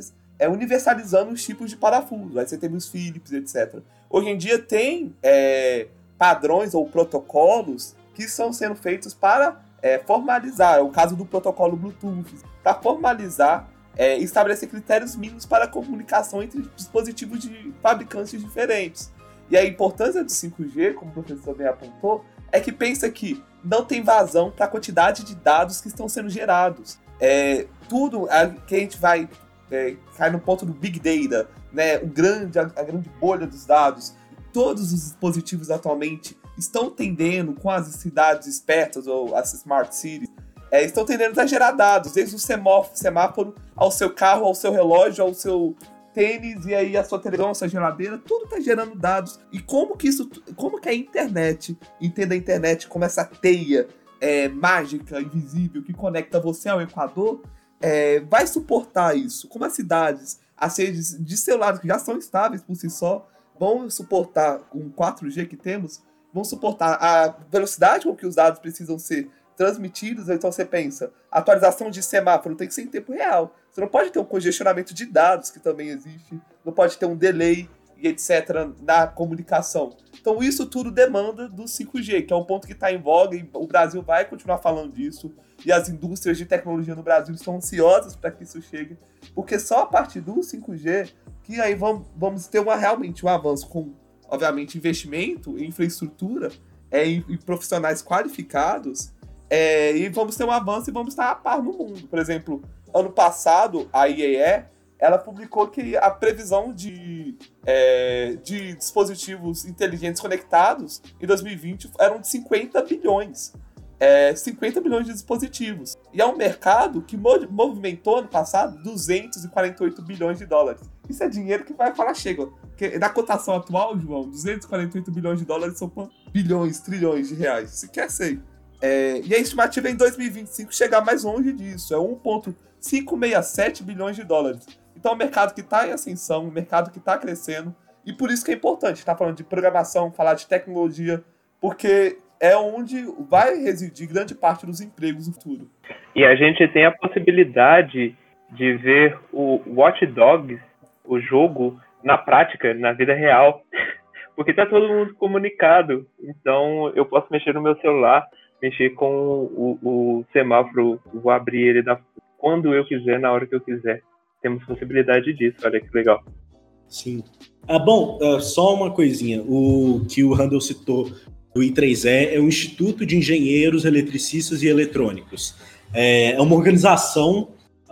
é, universalizando os tipos de parafuso. Aí você teve os Phillips, etcétera. Hoje em dia tem é, padrões ou protocolos que estão sendo feitos para é, formalizar. É o caso do protocolo Bluetooth, para formalizar É, estabelecer critérios mínimos para a comunicação entre dispositivos de fabricantes diferentes. E a importância do cinco G, como o professor bem apontou, é que pensa que não tem vazão para a quantidade de dados que estão sendo gerados. É, tudo a, que a gente vai é, cair no ponto do Big Data, né, o grande, a, a grande bolha dos dados. Todos os dispositivos atualmente estão tendendo, com as cidades espertas ou as Smart Cities, É, estão tendendo a gerar dados, desde o semáforo, semáforo ao seu carro, ao seu relógio, ao seu tênis, e aí a sua televisão, a sua geladeira, tudo está gerando dados. E como que isso, como que a internet, entenda a internet como essa teia é, mágica, invisível, que conecta você ao Equador, é, vai suportar isso? Como as cidades, as redes de celulares que já são estáveis por si só, vão suportar com quatro G que temos, vão suportar a velocidade com que os dados precisam ser transmitidos. Então você pensa, a atualização de semáforo tem que ser em tempo real. Você não pode ter um congestionamento de dados, que também existe, não pode ter um delay e etcétera na comunicação. Então isso tudo demanda do cinco G, que é um ponto que está em voga, e o Brasil vai continuar falando disso, e as indústrias de tecnologia no Brasil estão ansiosas para que isso chegue, porque só a partir do cinco G que aí vamos, vamos ter uma, realmente um avanço com, obviamente, investimento em infraestrutura, é, em, em profissionais qualificados. É, e vamos ter um avanço e vamos estar a par no mundo. Por exemplo, ano passado, a I A E, ela publicou que a previsão de, é, de dispositivos inteligentes conectados em dois mil e vinte eram de cinquenta bilhões. É, cinquenta bilhões de dispositivos. E é um mercado que movimentou, ano passado, duzentos e quarenta e oito bilhões de dólares. Isso é dinheiro que vai falar, chega. Porque na cotação atual, João, duzentos e quarenta e oito bilhões de dólares são bilhões, trilhões de reais. Se quer ser. É, e a estimativa é em dois mil e vinte e cinco chegar mais longe disso, é um vírgula quinhentos e sessenta e sete bilhões de dólares. Então é um mercado que está em ascensão, um mercado que está crescendo, e por isso que é importante estar falando de programação, falar de tecnologia, porque é onde vai residir grande parte dos empregos no futuro. E a gente tem a possibilidade de ver o Watch Dogs, o jogo, na prática, na vida real, porque está todo mundo comunicado. Então eu posso mexer no meu celular, mexer com o, o semáforo, vou abrir ele da, quando eu quiser, na hora que eu quiser. Temos possibilidade disso, olha que legal. Sim. Ah, bom, uh, só uma coisinha. O que o Randall citou do I três E é o Instituto de Engenheiros Eletricistas e Eletrônicos. É, é uma organização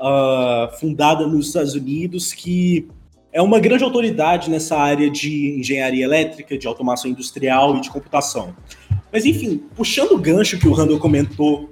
uh, fundada nos Estados Unidos que é uma grande autoridade nessa área de engenharia elétrica, de automação industrial e de computação. Mas, enfim, puxando o gancho que o Randall comentou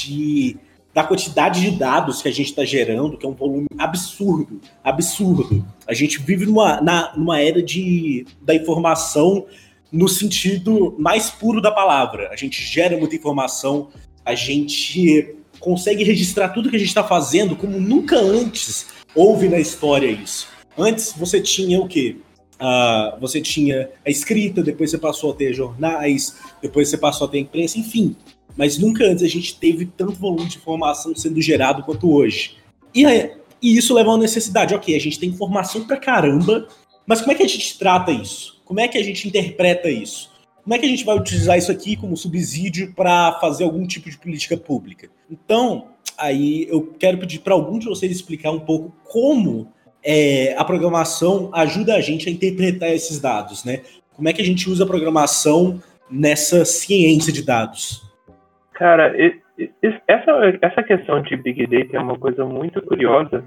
de, da quantidade de dados que a gente está gerando, que é um volume absurdo, absurdo. A gente vive numa, na, numa era de, da informação no sentido mais puro da palavra. A gente gera muita informação, a gente consegue registrar tudo que a gente está fazendo como nunca antes houve na história isso. Antes você tinha o quê? Uh, você tinha a escrita, depois você passou a ter jornais, depois você passou a ter a imprensa, enfim. Mas nunca antes a gente teve tanto volume de informação sendo gerado quanto hoje. E, é, e isso leva a uma necessidade. Ok, a gente tem informação pra caramba, mas como é que a gente trata isso? Como é que a gente interpreta isso? Como é que a gente vai utilizar isso aqui como subsídio para fazer algum tipo de política pública? Então, aí eu quero pedir para algum de vocês explicar um pouco como É, a programação ajuda a gente a interpretar esses dados, né? Como é que a gente usa a programação nessa ciência de dados? Cara, essa, essa questão de Big Data é uma coisa muito curiosa,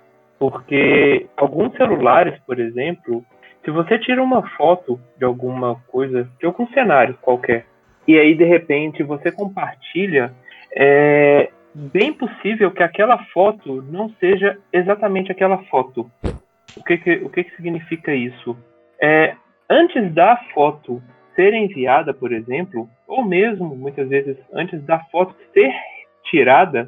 porque alguns celulares, por exemplo, se você tira uma foto de alguma coisa, de algum cenário qualquer, e aí de repente você compartilha, é bem possível que aquela foto não seja exatamente aquela foto. O que que, o que, que significa isso? É, antes da foto ser enviada, por exemplo, ou mesmo, muitas vezes, antes da foto ser tirada,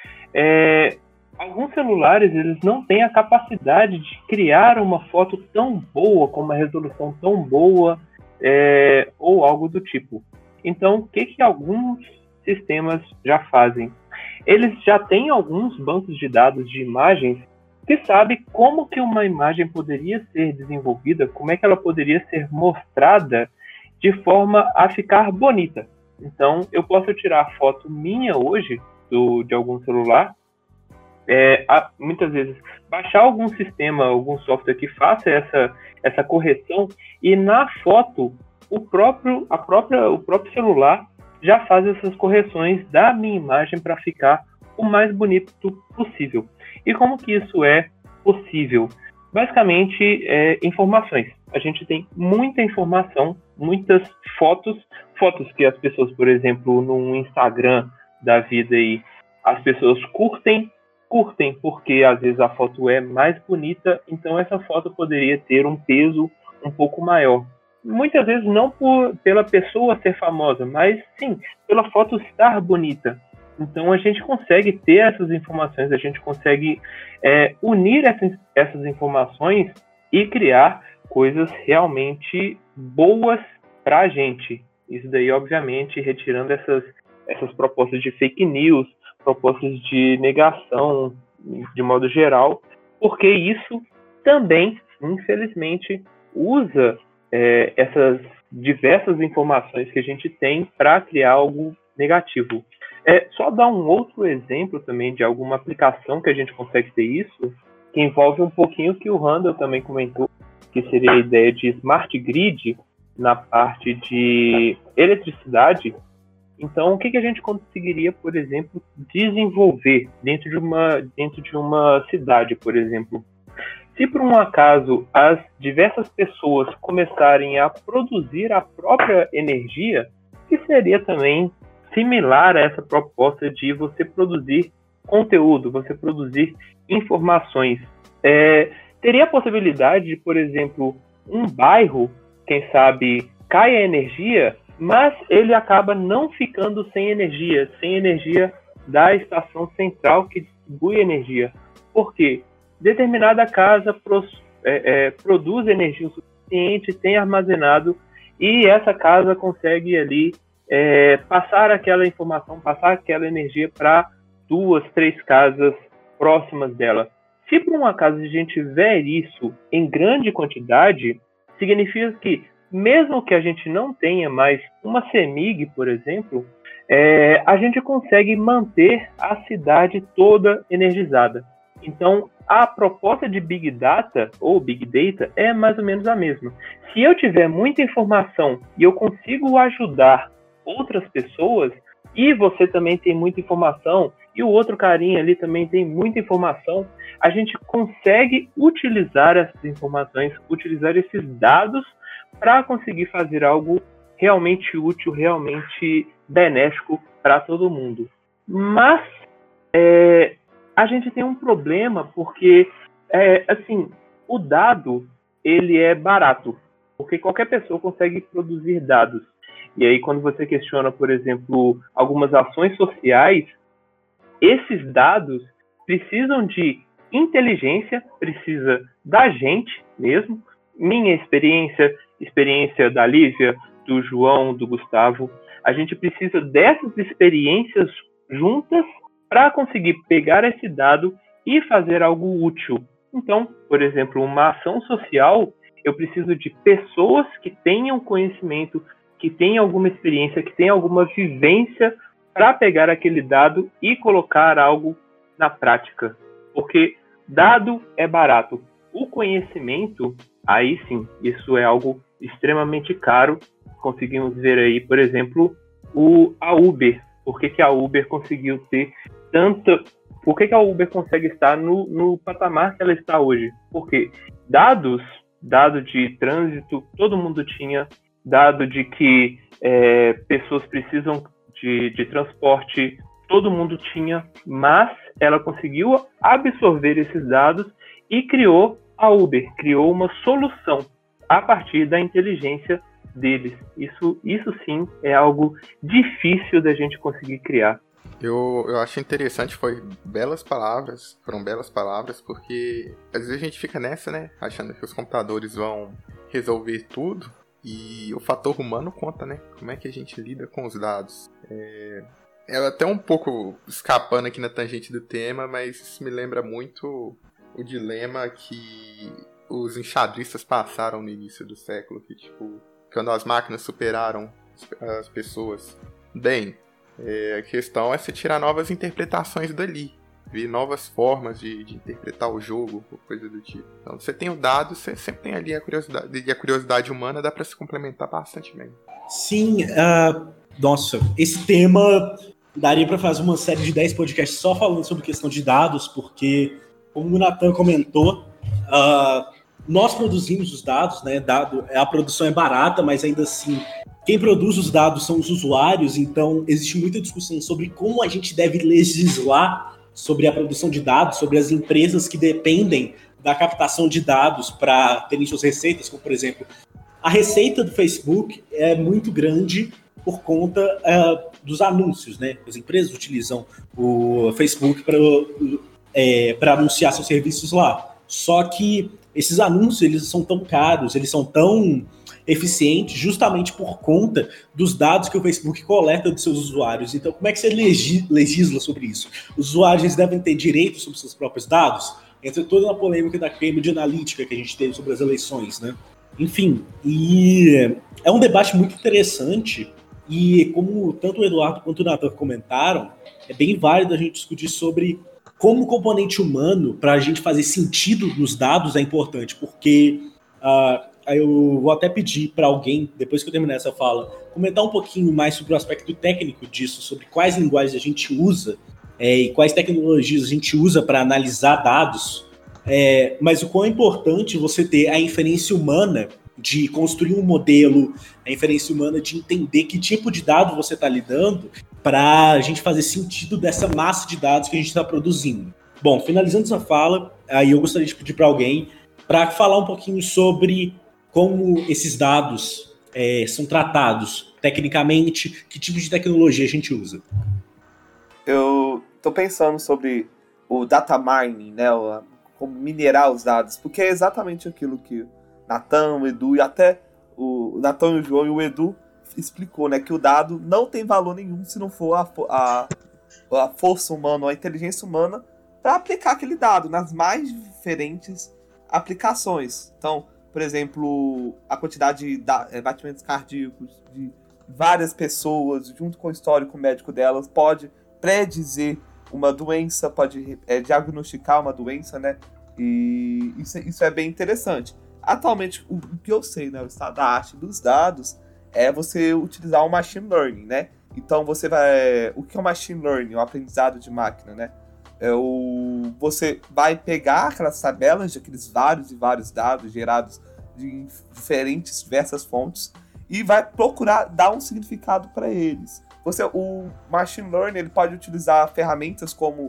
é, alguns celulares eles não têm a capacidade de criar uma foto tão boa, com uma resolução tão boa, é, ou algo do tipo. Então, o que, que alguns sistemas já fazem? Eles já têm alguns bancos de dados de imagens que sabe como que uma imagem poderia ser desenvolvida, como é que ela poderia ser mostrada de forma a ficar bonita. Então, eu posso tirar foto minha hoje, do, de algum celular, é, a, muitas vezes baixar algum sistema, algum software que faça essa, essa correção, e na foto, o próprio, a própria, o próprio celular já faz essas correções da minha imagem para ficar o mais bonito possível. E como que isso é possível? Basicamente, é, informações. A gente tem muita informação, muitas fotos, fotos que as pessoas, por exemplo, no Instagram da vida aí, as pessoas curtem, curtem porque às vezes a foto é mais bonita, então essa foto poderia ter um peso um pouco maior. Muitas vezes não por, pela pessoa ser famosa, mas sim, pela foto estar bonita. Então a gente consegue ter essas informações, a gente consegue é, unir essas, essas informações e criar coisas realmente boas para a gente. Isso daí, obviamente, retirando essas, essas propostas de fake news, propostas de negação, de modo geral, porque isso também, infelizmente, usa é, essas diversas informações que a gente tem para criar algo negativo. É, só dar um outro exemplo também de alguma aplicação que a gente consegue ter isso, que envolve um pouquinho o que o Randall também comentou, que seria a ideia de smart grid na parte de eletricidade. Então, o que, que a gente conseguiria, por exemplo, desenvolver dentro de uma, dentro de uma cidade, por exemplo? Se por um acaso as diversas pessoas começarem a produzir a própria energia, que seria também similar a essa proposta de você produzir conteúdo, você produzir informações. É, teria a possibilidade de, por exemplo, um bairro, quem sabe, cai a energia, mas ele acaba não ficando sem energia, sem energia da estação central que distribui energia. Por quê? Determinada casa pro, é, é, produz energia o suficiente, tem armazenado, e essa casa consegue ali é, passar aquela informação, passar aquela energia para duas, três casas próximas dela. Se por um acaso a gente ver isso em grande quantidade, significa que mesmo que a gente não tenha mais uma CEMIG, por exemplo, é, a gente consegue manter a cidade toda energizada. Então, a proposta de Big Data, ou Big Data, é mais ou menos a mesma. Se eu tiver muita informação e eu consigo ajudar outras pessoas, e você também tem muita informação, e o outro carinha ali também tem muita informação, a gente consegue utilizar essas informações, utilizar esses dados para conseguir fazer algo realmente útil, realmente benéfico para todo mundo. Mas é, a gente tem um problema porque, é, assim, o dado ele é barato, porque qualquer pessoa consegue produzir dados. E aí, quando você questiona, por exemplo, algumas ações sociais, esses dados precisam de inteligência, precisa da gente mesmo, minha experiência, experiência da Lívia, do João, do Gustavo. A gente precisa dessas experiências juntas para conseguir pegar esse dado e fazer algo útil. Então, por exemplo, uma ação social, eu preciso de pessoas que tenham conhecimento, que tenham alguma experiência, que tenham alguma vivência para pegar aquele dado e colocar algo na prática. Porque dado é barato. O conhecimento, aí sim, isso é algo extremamente caro. Conseguimos ver aí, por exemplo, o, a Uber. Por que, que a Uber conseguiu ter tanta... Por que, que a Uber consegue estar no, no patamar que ela está hoje? Porque dados, dado de trânsito, todo mundo tinha, dado de que é, pessoas precisam de, de transporte, todo mundo tinha, mas ela conseguiu absorver esses dados e criou a Uber, criou uma solução a partir da inteligência deles. Isso, isso sim é algo difícil da gente conseguir criar. Eu, eu acho interessante, foi belas palavras, foram belas palavras, porque às vezes a gente fica nessa, né, achando que os computadores vão resolver tudo, e o fator humano conta, né, como é que a gente lida com os dados. É, é até um pouco escapando aqui na tangente do tema, mas isso me lembra muito o dilema que os enxadristas passaram no início do século, que tipo, quando as máquinas superaram as pessoas. Bem, é, a questão é você tirar novas interpretações dali, ver novas formas de, de interpretar o jogo, ou coisa do tipo. Então, você tem o dado, você sempre tem ali a curiosidade, e a curiosidade humana dá para se complementar bastante bem. Sim, uh, nossa, esse tema daria para fazer uma série de dez podcasts só falando sobre questão de dados, porque, como o Nathan comentou, uh, nós produzimos os dados, né? Dado, a produção é barata, mas ainda assim, quem produz os dados são os usuários, então existe muita discussão sobre como a gente deve legislar sobre a produção de dados, sobre as empresas que dependem da captação de dados para terem suas receitas, como, por exemplo, a receita do Facebook é muito grande por conta uh, dos anúncios, né? As empresas utilizam o Facebook para é, para anunciar seus serviços lá. Só que esses anúncios, eles são tão caros, eles são tão eficientes justamente por conta dos dados que o Facebook coleta dos seus usuários. Então, como é que você legisla sobre isso? Os usuários devem ter direito sobre seus próprios dados? Entra toda a polêmica da Cambridge Analytica que a gente teve sobre as eleições, né? Enfim, e é um debate muito interessante e como tanto o Eduardo quanto o Nathan comentaram, é bem válido a gente discutir sobre como o componente humano, para a gente fazer sentido nos dados, é importante, porque uh, eu vou até pedir para alguém, depois que eu terminar essa fala, comentar um pouquinho mais sobre o aspecto técnico disso, sobre quais linguagens a gente usa é, e quais tecnologias a gente usa para analisar dados, é, mas o quão é importante você ter a inferência humana de construir um modelo, a inferência humana de entender que tipo de dado você está lidando para a gente fazer sentido dessa massa de dados que a gente está produzindo. Bom, finalizando essa fala, aí eu gostaria de pedir para alguém para falar um pouquinho sobre como esses dados é, são tratados tecnicamente, que tipo de tecnologia a gente usa. Eu estou pensando sobre o data mining, né, como minerar os dados, porque é exatamente aquilo que o Nathan, o Edu e até o Nathan, o João e o Edu explicou, né, que o dado não tem valor nenhum se não for a, a, a força humana ou a inteligência humana para aplicar aquele dado nas mais diferentes aplicações. Então, por exemplo, a quantidade de batimentos cardíacos de várias pessoas, junto com o histórico médico delas, pode predizer uma doença, pode é, diagnosticar uma doença, né? E isso, isso é bem interessante. Atualmente, o, o que eu sei, né, o estado da arte dos dados é você utilizar o machine learning, né? Então, você vai... O que é o machine learning? O aprendizado de máquina, né? É o, você vai pegar aquelas tabelas de aqueles vários e vários dados gerados de diferentes, diversas fontes e vai procurar dar um significado para eles. Você, o machine learning ele pode utilizar ferramentas como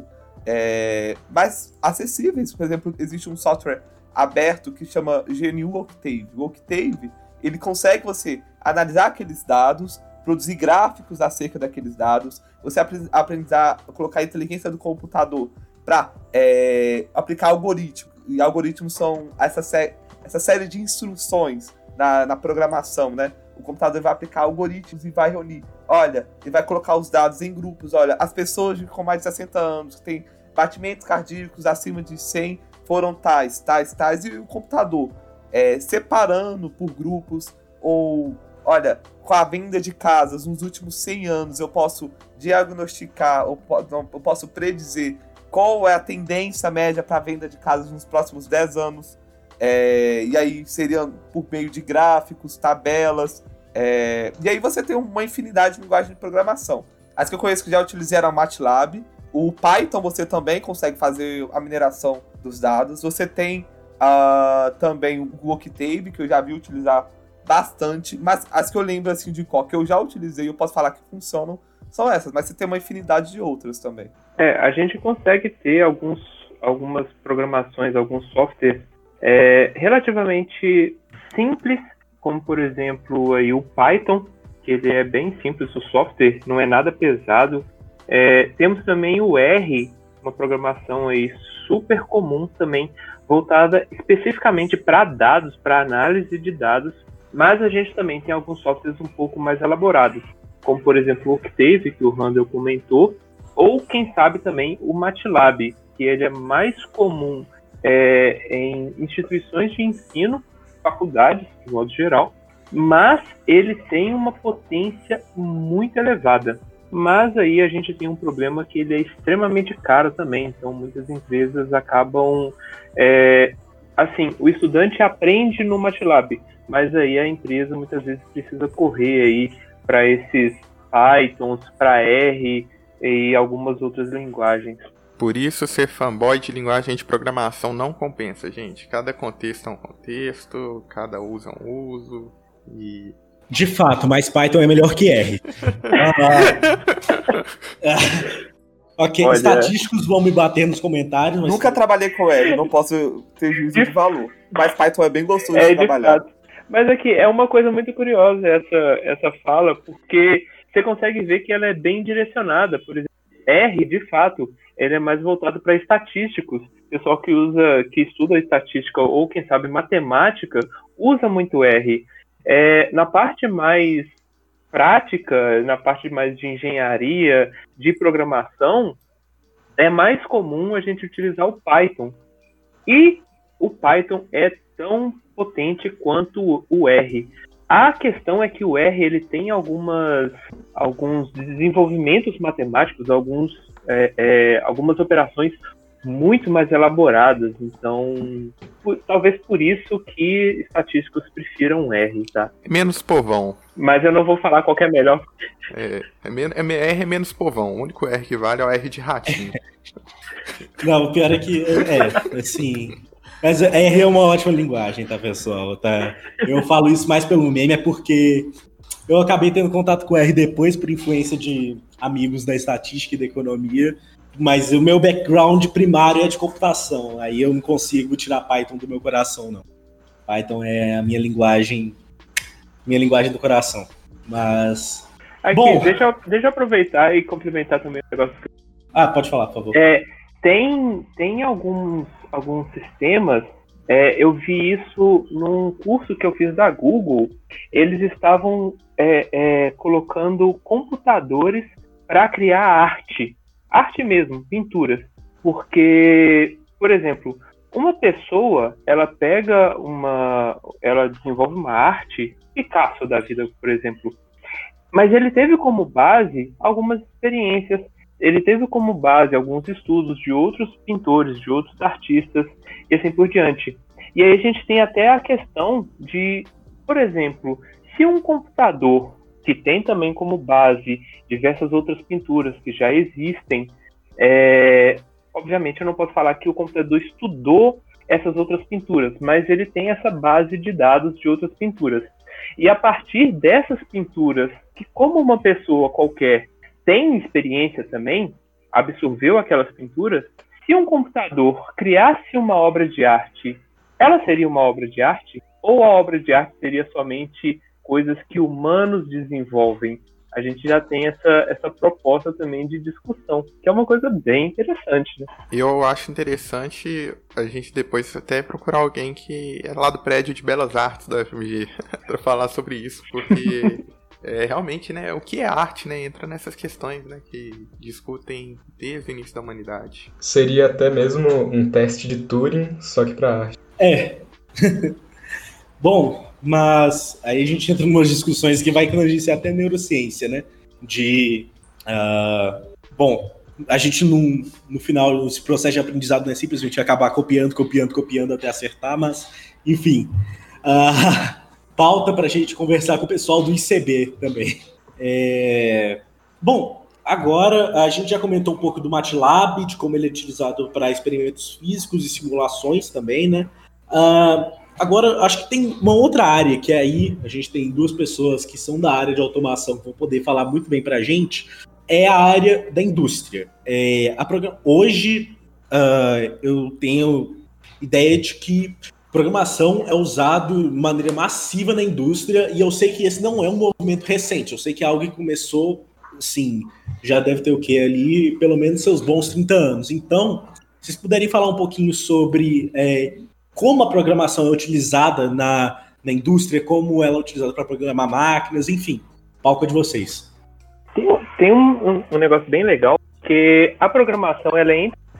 é, mais acessíveis. Por exemplo, existe um software aberto que chama G N U Octave. O Octave ele consegue você analisar aqueles dados, produzir gráficos acerca daqueles dados, você aprender a colocar a inteligência do computador para é, aplicar algoritmos. E algoritmos são essa, sé essa série de instruções na, na programação, né? O computador vai aplicar algoritmos e vai reunir. Olha, ele vai colocar os dados em grupos. Olha, as pessoas com mais de sessenta anos, que têm batimentos cardíacos acima de cem, foram tais, tais, tais. E o computador é, separando por grupos ou... Olha, com a venda de casas nos últimos cem anos, eu posso diagnosticar, ou eu posso predizer qual é a tendência média para a venda de casas nos próximos dez anos. É, e aí seria por meio de gráficos, tabelas. É, e aí você tem uma infinidade de linguagens de programação. As que eu conheço que já utilizaram a MATLAB. O Python você também consegue fazer a mineração dos dados. Você tem uh, também o Octave, que eu já vi utilizar bastante, mas as que eu lembro assim de qual que eu já utilizei, eu posso falar que funcionam, são essas, mas você tem uma infinidade de outras também. É, a gente consegue ter alguns, algumas programações, alguns softwares é, relativamente simples, como por exemplo aí, o Python, que ele é bem simples, o software não é nada pesado. É, temos também o R, uma programação aí super comum também, voltada especificamente para dados, para análise de dados. Mas a gente também tem alguns softwares um pouco mais elaborados, como por exemplo o Octave, que o Randall comentou, ou quem sabe também o MATLAB, que ele é mais comum é, em instituições de ensino, faculdades, de modo geral, mas ele tem uma potência muito elevada. Mas aí a gente tem um problema que ele é extremamente caro também, então muitas empresas acabam... É, assim, o estudante aprende no MATLAB, mas aí a empresa muitas vezes precisa correr aí para esses Pythons, para R e algumas outras linguagens. Por isso, ser fanboy de linguagem de programação não compensa, gente. Cada contexto é um contexto, cada uso é um uso, e... De fato, mas Python é melhor que R. ah, ok, Olha, estatísticos vão me bater nos comentários. Mas... Nunca trabalhei com R, não posso ter juízo de valor. Mas Python é bem gostoso é, de trabalhar. De mas aqui, é uma coisa muito curiosa essa, essa fala, porque você consegue ver que ela é bem direcionada. Por exemplo, R, de fato, ele é mais voltado para estatísticos. O pessoal que usa, que estuda estatística ou, quem sabe, matemática, usa muito R. É, na parte mais prática, na parte mais de engenharia, de programação, é mais comum a gente utilizar o Python. E o Python é tão potente quanto o R. A questão é que o R ele tem algumas, alguns desenvolvimentos matemáticos, alguns, é, é, algumas operações muito mais elaboradas, então por, talvez por isso que estatísticos prefiram R, tá? Menos povão. Mas eu não vou falar qual que é melhor. É, é, é, R é menos povão, o único R que vale é o R de ratinho. Não, o pior é que, é, assim... Mas R é uma ótima linguagem, tá, pessoal? Tá? Eu falo isso mais pelo meme, é porque eu acabei tendo contato com R depois por influência de amigos da estatística e da economia, mas o meu background primário é de computação, aí eu não consigo tirar Python do meu coração, não. Python é a minha linguagem, minha linguagem do coração. Mas... Aqui, bom, deixa eu, deixa eu aproveitar e complementar também o negócio. Ah, pode falar, por favor. É, tem, tem alguns, alguns sistemas, é, eu vi isso num curso que eu fiz da Google, eles estavam é, é, colocando computadores para criar arte. Arte mesmo, pinturas. Porque, por exemplo, uma pessoa, ela pega uma... ela desenvolve uma arte, Picasso da vida, por exemplo. Mas ele teve como base algumas experiências, ele teve como base alguns estudos de outros pintores, de outros artistas, e assim por diante. E aí a gente tem até a questão de, por exemplo, se um computador que tem também como base diversas outras pinturas que já existem, é, obviamente eu não posso falar que o computador estudou essas outras pinturas, mas ele tem essa base de dados de outras pinturas. E a partir dessas pinturas, que como uma pessoa qualquer tem experiência também, absorveu aquelas pinturas, se um computador criasse uma obra de arte, ela seria uma obra de arte? Ou a obra de arte seria somente coisas que humanos desenvolvem? A gente já tem essa, essa proposta também de discussão, que é uma coisa bem interessante, né? Eu acho interessante a gente depois até procurar alguém que é lá do prédio de Belas Artes da F M G para falar sobre isso, porque é, realmente, né, o que é arte, né, entra nessas questões, né, que discutem desde o início da humanidade. Seria até mesmo um teste de Turing, só que para arte. É. Bom, mas aí a gente entra em umas discussões que vai conhecer até neurociência, né? De, uh, bom, a gente não, no final, esse processo de aprendizado não é simplesmente acabar copiando, copiando, copiando até acertar, mas, enfim, uh, pauta pra gente conversar com o pessoal do I C B também. É, bom, agora a gente já comentou um pouco do MATLAB, de como ele é utilizado para experimentos físicos e simulações também, né? Uh, Agora, acho que tem uma outra área, que aí a gente tem duas pessoas que são da área de automação, que vão poder falar muito bem pra gente, é a área da indústria. É, a program... Hoje, uh, eu tenho ideia de que programação é usado de maneira massiva na indústria, e eu sei que esse não é um movimento recente, eu sei que é algo que começou, assim, já deve ter o quê ali, pelo menos seus bons trinta anos. Então, se vocês puderem falar um pouquinho sobre... É, como a programação é utilizada na, na indústria, como ela é utilizada para programar máquinas, enfim, palco é de vocês. Tem, tem um, um, um negócio bem legal, que a programação ela é indústria.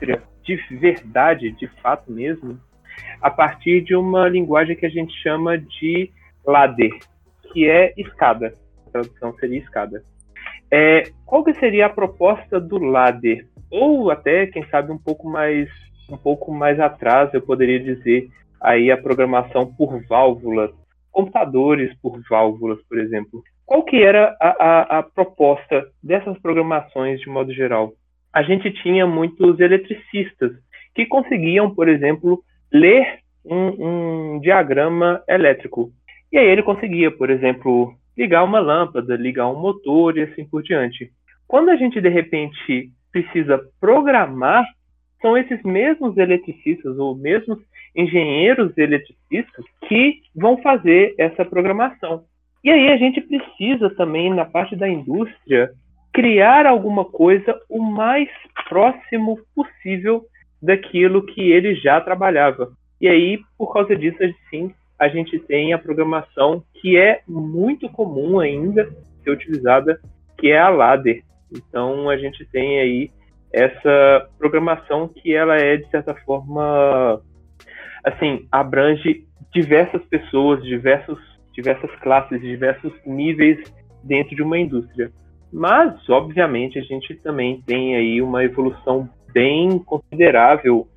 de verdade, de fato mesmo, a partir de uma linguagem que a gente chama de ladder, que é escada. A tradução seria escada. É, qual que seria a proposta do ladder? Ou até, quem sabe, um pouco mais, um pouco mais atrás, eu poderia dizer aí a programação por válvulas, computadores por válvulas, por exemplo. Qual que era a, a, a proposta dessas programações de modo geral? A gente tinha muitos eletricistas que conseguiam, por exemplo, ler um, um diagrama elétrico. E aí ele conseguia, por exemplo, ligar uma lâmpada, ligar um motor e assim por diante. Quando a gente, de repente, precisa programar, são esses mesmos eletricistas ou mesmos engenheiros eletricistas que vão fazer essa programação. E aí a gente precisa também, na parte da indústria, criar alguma coisa o mais próximo possível daquilo que ele já trabalhava. E aí, por causa disso, sim, a gente tem a programação que é muito comum ainda ser utilizada, que é a ladder. Então, a gente tem aí essa programação que ela é, de certa forma, assim, abrange diversas pessoas, diversos, diversas classes, diversos níveis dentro de uma indústria. Mas, obviamente, a gente também tem aí uma evolução bem considerável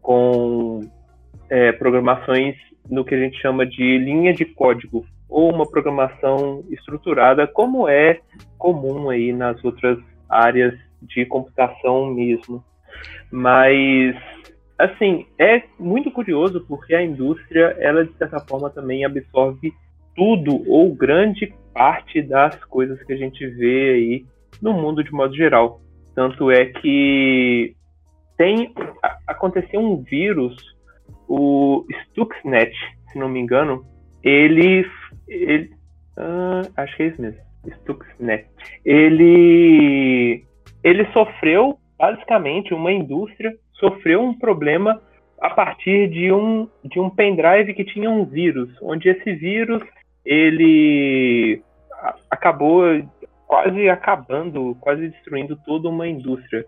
com é, programações no que a gente chama de linha de código, ou uma programação estruturada, como é comum aí nas outras áreas de computação mesmo. Mas, assim, é muito curioso porque a indústria, ela de certa forma também absorve tudo ou grande parte das coisas que a gente vê aí no mundo de modo geral. Tanto é que tem, aconteceu um vírus, o Stuxnet, se não me engano, ele, ele uh, acho que é isso mesmo, Stuxnet, ele, ele sofreu, basicamente, uma indústria sofreu um problema a partir de um, de um pendrive que tinha um vírus, onde esse vírus, ele acabou quase acabando, quase destruindo toda uma indústria.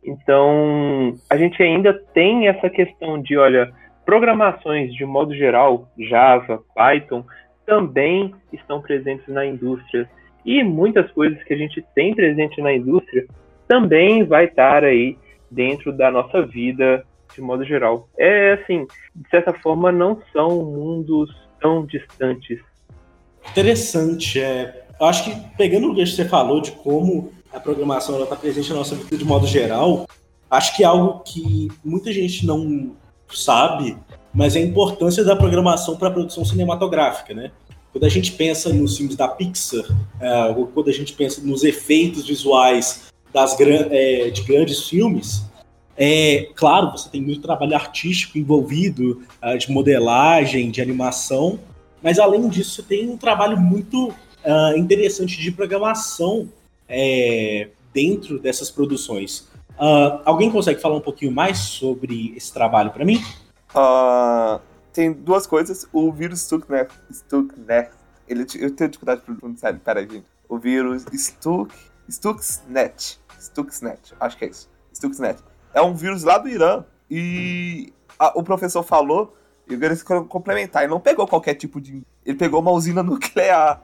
Então, a gente ainda tem essa questão de, olha, programações de modo geral, Java, Python, também estão presentes na indústria. E muitas coisas que a gente tem presente na indústria também vai estar aí dentro da nossa vida de modo geral. É assim, de certa forma, não são mundos tão distantes. Interessante. É, eu acho que, pegando o que você falou de como a programação está presente na nossa vida de modo geral, acho que é algo que muita gente não sabe, mas é a importância da programação para a produção cinematográfica, né? Quando a gente pensa nos filmes da Pixar, é, ou quando a gente pensa nos efeitos visuais das, é, de grandes filmes, é claro, você tem muito trabalho artístico envolvido, é, de modelagem, de animação, mas além disso você tem um trabalho muito uh, interessante de programação é, dentro dessas produções. Uh, alguém consegue falar um pouquinho mais sobre esse trabalho para mim? Uh, tem duas coisas. O vírus Stuxnet, Stuxnet ele, eu tenho dificuldade de pronunciar, peraí, gente. O vírus Stux, Stuxnet, Stuxnet, acho que é isso. Stuxnet. É um vírus lá do Irã e a, o professor falou, e eu queria complementar, ele não pegou qualquer tipo de... Ele pegou uma usina nuclear.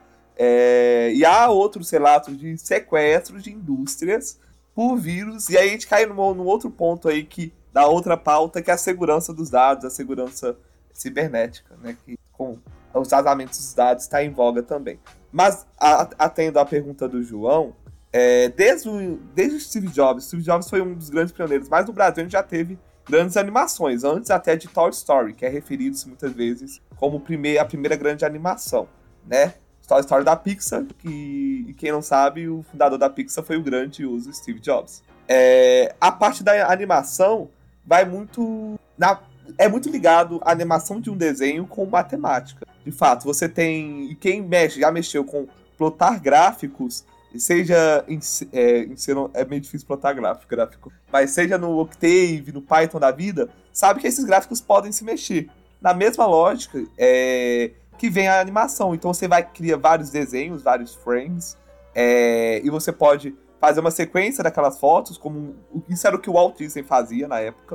É, e há outros relatos de sequestros de indústrias por vírus. E aí a gente cai num, num outro ponto aí que, da outra pauta, que é a segurança dos dados, a segurança cibernética, né? Que com os vazamentos dos dados está em voga também. Mas, a, atendo à pergunta do João, é, desde, o, desde o Steve Jobs, Steve Jobs foi um dos grandes pioneiros, mas no Brasil a gente já teve grandes animações, antes até de Toy Story, que é referido muitas vezes como prime- a primeira grande animação, né? Toy Story da Pixar, que, e quem não sabe, o fundador da Pixar foi o grande uso Steve Jobs. É, a parte da animação vai muito... Na, é muito ligado à animação de um desenho com matemática. De fato, você tem... E quem mexe, já mexeu com plotar gráficos, seja em, é, em é meio difícil plotar gráfico, gráfico, mas seja no Octave, no Python da vida, sabe que esses gráficos podem se mexer. Na mesma lógica é, que vem a animação. Então você vai criar vários desenhos, vários frames, é, e você pode fazer uma sequência daquelas fotos, como isso era o que o Walt Disney fazia na época,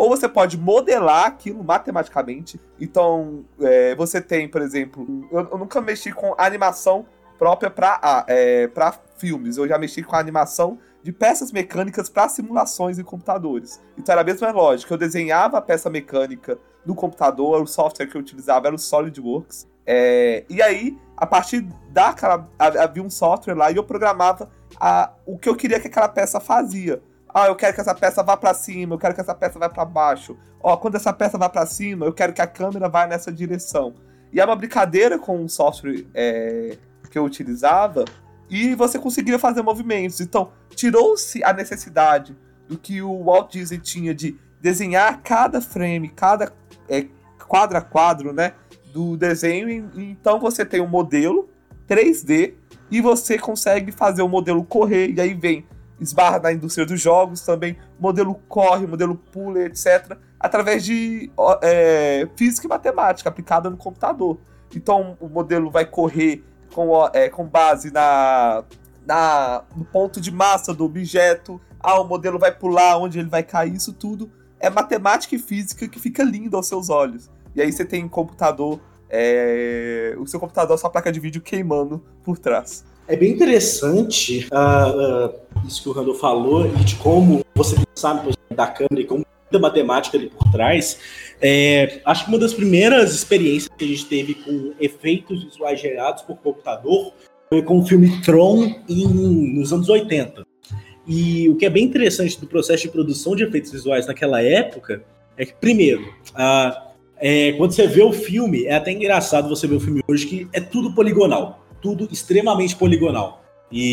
ou você pode modelar aquilo matematicamente. Então, é, você tem, por exemplo, eu, eu nunca mexi com animação própria para é, para filmes, eu já mexi com a animação de peças mecânicas para simulações em computadores. Então era a mesma lógica, eu desenhava a peça mecânica no computador, o software que eu utilizava era o SolidWorks, é, e aí, a partir daquela, havia um software lá e eu programava a, o que eu queria que aquela peça fazia. Ah, eu quero que essa peça vá para cima, eu quero que essa peça vá para baixo. Ó, quando essa peça vá para cima, eu quero que a câmera vá nessa direção. E é uma brincadeira com o software é, que eu utilizava, e você conseguia fazer movimentos. Então, tirou-se a necessidade do que o Walt Disney tinha de desenhar cada frame, cada é, quadro a quadro, né, do desenho. E, então, você tem um modelo três D e você consegue fazer o modelo correr. E aí vem, esbarra na indústria dos jogos também, modelo corre, modelo pula, etcétera, através de é, física e matemática aplicada no computador. Então, o modelo vai correr Com, é, com base na, na, no ponto de massa do objeto. Ah, o modelo vai pular, onde ele vai cair, isso tudo é matemática e física que fica lindo aos seus olhos. E aí você tem um computador, é, o seu computador, a sua placa de vídeo queimando por trás. É bem interessante uh, uh, isso que o Randall falou, e de como você sabe da câmera e como da matemática ali por trás. É, acho que uma das primeiras experiências que a gente teve com efeitos visuais gerados por computador foi com o filme Tron em, nos anos oitenta. E o que é bem interessante do processo de produção de efeitos visuais naquela época é que, primeiro, uh, é, quando você vê o filme, é até engraçado você ver o filme hoje, que é tudo poligonal, tudo extremamente poligonal.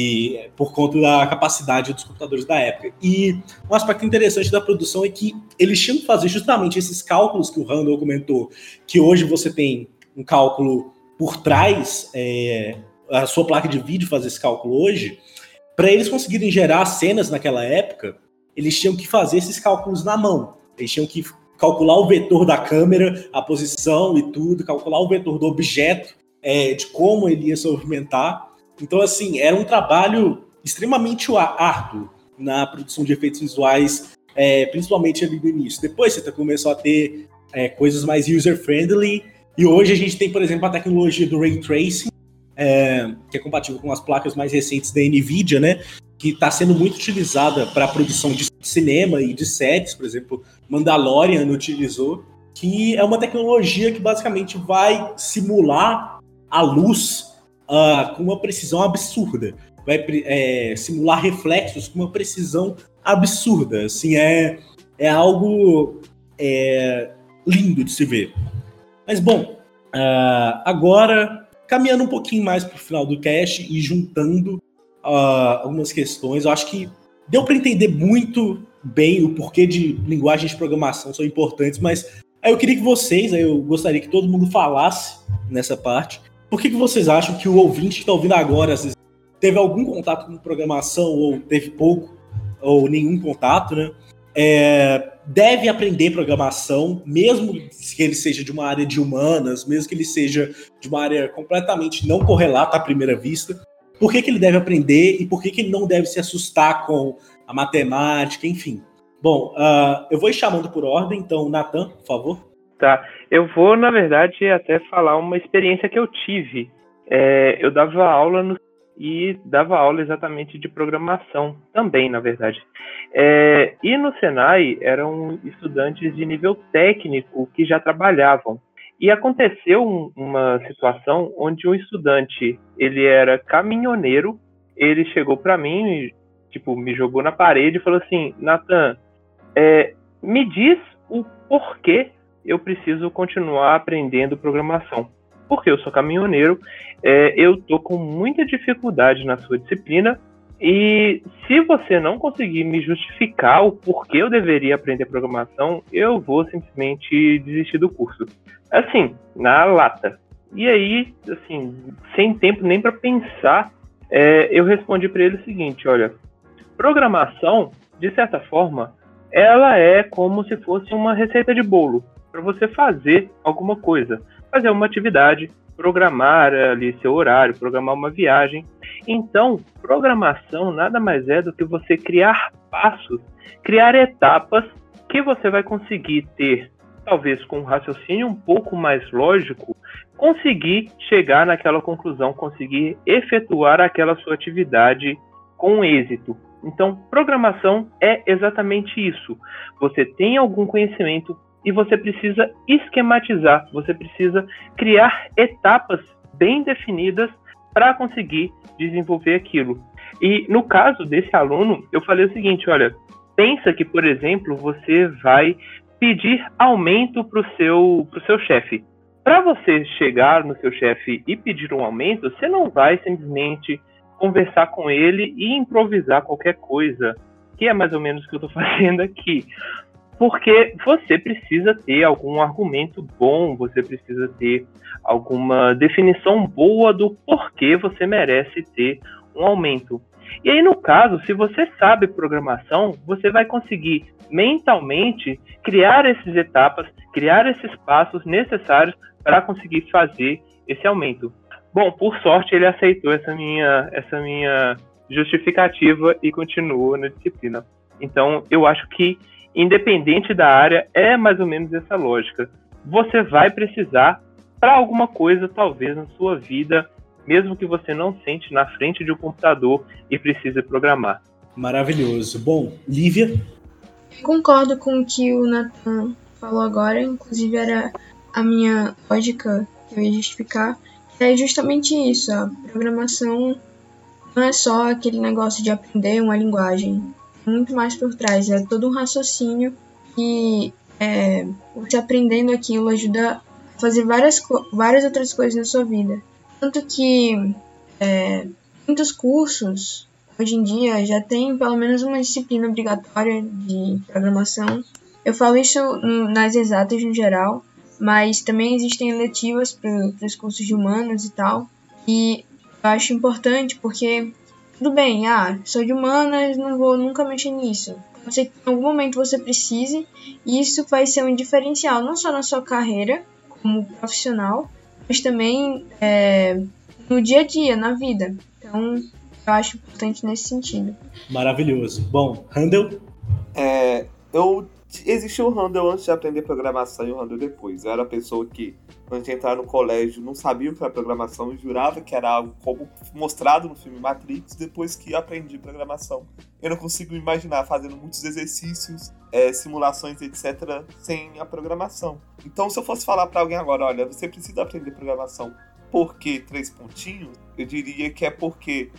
E por conta da capacidade dos computadores da época. E um aspecto interessante da produção é que eles tinham que fazer justamente esses cálculos que o Randall comentou, que hoje você tem um cálculo por trás, é, a sua placa de vídeo fazer esse cálculo hoje, para eles conseguirem gerar cenas naquela época, eles tinham que fazer esses cálculos na mão. Eles tinham que calcular o vetor da câmera, a posição e tudo, calcular o vetor do objeto, é, de como ele ia se movimentar. Então, assim, era um trabalho extremamente árduo na produção de efeitos visuais, é, principalmente ali no início. Depois você começou a ter é, coisas mais user-friendly, e hoje a gente tem, por exemplo, a tecnologia do Ray Tracing, é, que é compatível com as placas mais recentes da NVIDIA, né, que está sendo muito utilizada para a produção de cinema e de séries. Por exemplo, Mandalorian utilizou, que é uma tecnologia que basicamente vai simular a luz Uh, com uma precisão absurda, vai é, simular reflexos com uma precisão absurda, assim, é, é algo é, lindo de se ver. Mas bom, uh, agora, caminhando um pouquinho mais para o final do cast e juntando uh, algumas questões, eu acho que deu para entender muito bem o porquê de linguagens de programação são importantes, mas aí eu queria que vocês, aí eu gostaria que todo mundo falasse nessa parte. Por que, que vocês acham que o ouvinte que está ouvindo agora, às vezes, teve algum contato com programação, ou teve pouco, ou nenhum contato, né? É, deve aprender programação, mesmo que ele seja de uma área de humanas, mesmo que ele seja de uma área completamente não correlata à primeira vista. Por que, que ele deve aprender e por que, que ele não deve se assustar com a matemática, enfim. Bom, uh, eu vou ir chamando por ordem, então, Nathan, por favor. Tá, eu vou, na verdade, até falar uma experiência que eu tive. É, eu dava aula no, e dava aula exatamente de programação também, na verdade. É, e no Senai eram estudantes de nível técnico que já trabalhavam. E aconteceu um, uma situação onde um estudante, ele era caminhoneiro, ele chegou para mim, e, tipo, me jogou na parede e falou assim: Nathan, é, me diz o porquê eu preciso continuar aprendendo programação. Porque eu sou caminhoneiro, é, eu tô com muita dificuldade na sua disciplina, e se você não conseguir me justificar o porquê eu deveria aprender programação, eu vou simplesmente desistir do curso. Assim, na lata. E aí, assim, sem tempo nem para pensar, é, eu respondi para ele o seguinte: olha, programação, de certa forma, ela é como se fosse uma receita de bolo para você fazer alguma coisa, fazer uma atividade, programar ali seu horário, programar uma viagem. Então, programação nada mais é do que você criar passos, criar etapas que que você vai conseguir ter, talvez com um raciocínio um pouco mais lógico, conseguir chegar naquela conclusão, conseguir efetuar aquela sua atividade com êxito. Então, programação é exatamente isso. Você tem algum conhecimento e você precisa esquematizar, você precisa criar etapas bem definidas para conseguir desenvolver aquilo. E no caso desse aluno, eu falei o seguinte, olha, pensa que, por exemplo, você vai pedir aumento para o seu, pro seu chefe. Para você chegar no seu chefe e pedir um aumento, você não vai simplesmente conversar com ele e improvisar qualquer coisa, que é mais ou menos o que eu estou fazendo aqui. Porque você precisa ter algum argumento bom, você precisa ter alguma definição boa do porquê você merece ter um aumento. E aí, no caso, se você sabe programação, você vai conseguir mentalmente criar essas etapas, criar esses passos necessários para conseguir fazer esse aumento. Bom, por sorte, ele aceitou essa minha, essa minha justificativa e continuou na disciplina. Então, eu acho que, independente da área, é mais ou menos essa lógica. Você vai precisar para alguma coisa, talvez, na sua vida, mesmo que você não sente na frente de um computador e precise programar. Maravilhoso. Bom, Lívia? Eu concordo com o que o Nathan falou agora, inclusive era a minha lógica que eu ia justificar, que é justamente isso, a programação não é só aquele negócio de aprender uma linguagem, é muito mais por trás, é todo um raciocínio que é, você aprendendo aquilo ajuda a fazer várias, várias outras coisas na sua vida. Tanto que é, muitos cursos hoje em dia já tem pelo menos uma disciplina obrigatória de programação. Eu falo isso no, nas exatas no geral, mas também existem eletivas para os cursos de humanas e tal. E eu acho importante porque, tudo bem, ah, sou de humanas, não vou nunca mexer nisso. Eu sei que em algum momento você precise, e isso vai ser um diferencial, não só na sua carreira como profissional, mas também é, no dia a dia, na vida. Então, eu acho importante nesse sentido. Maravilhoso. Bom, Handel? É, eu, existiu o Handel antes de aprender programação e o Handel depois. Eu era a pessoa que, quando a gente entrar no colégio, não sabia o que era programação e jurava que era algo como mostrado no filme Matrix. Depois que aprendi programação, eu não consigo me imaginar fazendo muitos exercícios, é, simulações, etcétera, sem a programação. Então, se eu fosse falar para alguém agora, olha, você precisa aprender programação, por que três pontinhos? Eu diria que é porque,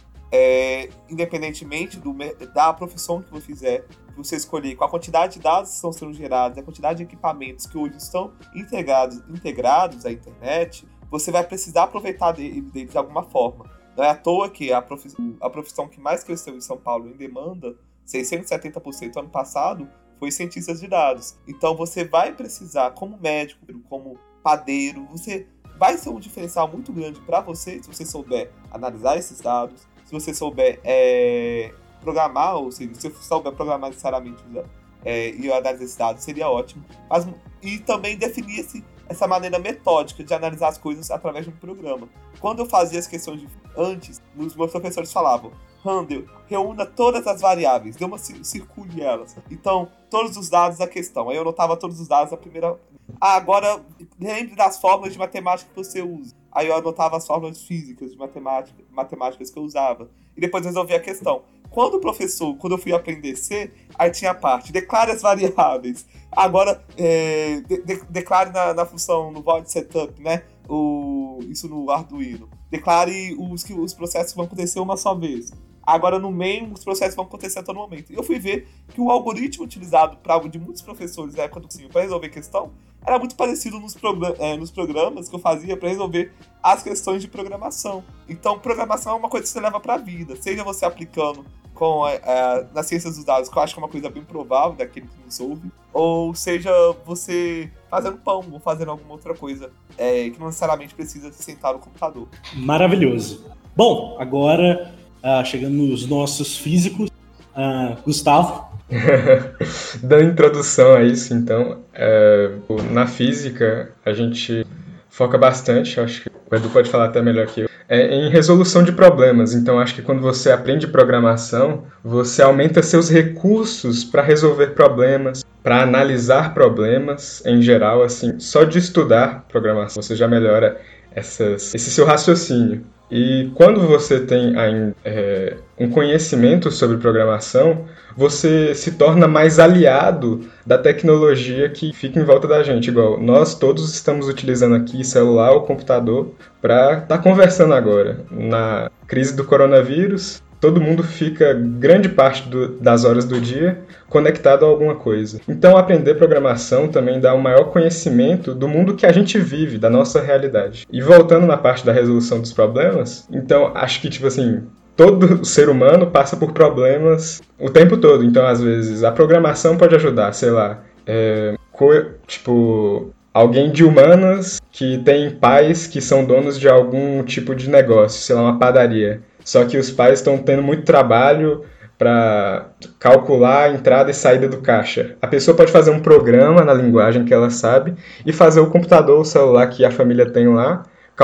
é, independentemente do, da profissão que você fizer, que você escolher, com a quantidade de dados que estão sendo gerados, a quantidade de equipamentos que hoje estão integrados, integrados à internet, você vai precisar aproveitar deles de, de alguma forma. Não é à toa que a profissão, a profissão que mais cresceu em São Paulo em demanda, seiscentos e setenta por cento ano passado, foi cientistas de dados. Então você vai precisar, como médico, como padeiro, você vai ser um diferencial muito grande para você se você souber analisar esses dados, se você souber é, programar, ou seja, se você souber programar necessariamente é, e analisar esses dados, seria ótimo. Mas, e também definir esse, essa maneira metódica de analisar as coisas através de um programa. Quando eu fazia as questões de, antes, os meus professores falavam: Handel, reúna todas as variáveis, dê uma circule elas. Então, todos os dados da questão. Aí eu anotava todos os dados da primeira. Ah, agora lembre das fórmulas de matemática que você usa. Aí eu anotava as fórmulas físicas de matemática, matemáticas que eu usava. E depois resolvia a questão. Quando o professor, quando eu fui aprender C, aí tinha a parte, declare as variáveis. Agora, é, de, de, declare na, na função, no void setup, né? O, isso no Arduino. Declare os, que os processos vão acontecer uma só vez. Agora, no main, os processos vão acontecer a todo momento. E eu fui ver que o algoritmo utilizado pra, de muitos professores na época do cursinho para resolver questão era muito parecido nos, program- é, nos programas que eu fazia para resolver as questões de programação. Então, programação é uma coisa que você leva para a vida. Seja você aplicando com, é, nas ciências dos dados, que eu acho que é uma coisa bem provável daquele que nos ouve, ou seja você fazendo pão ou fazendo alguma outra coisa é, que não necessariamente precisa sentar no computador. Maravilhoso. Bom, agora, uh, chegando nos nossos físicos, uh, Gustavo. Dando introdução a isso, então, é, na física a gente foca bastante, acho que o Edu pode falar até melhor que eu, é, em resolução de problemas. Então acho que quando você aprende programação, você aumenta seus recursos para resolver problemas, para analisar problemas em geral, assim, só de estudar programação, você já melhora essas, esse seu raciocínio. E quando você tem ainda é, um conhecimento sobre programação, você se torna mais aliado da tecnologia que fica em volta da gente. Igual nós todos estamos utilizando aqui celular ou computador para estar conversando agora. Na crise do coronavírus, todo mundo fica grande parte do, das horas do dia conectado a alguma coisa. Então, aprender programação também dá um maior conhecimento do mundo que a gente vive, da nossa realidade. E voltando na parte da resolução dos problemas, então, acho que, tipo assim, todo ser humano passa por problemas o tempo todo. Então, às vezes, a programação pode ajudar, sei lá, é, co- tipo... alguém de humanas que tem pais que são donos de algum tipo de negócio, sei lá, uma padaria. Só que os pais estão tendo muito trabalho para calcular a entrada e saída do caixa. A pessoa pode fazer um programa na linguagem que ela sabe e fazer o computador ou o celular que a família tem lá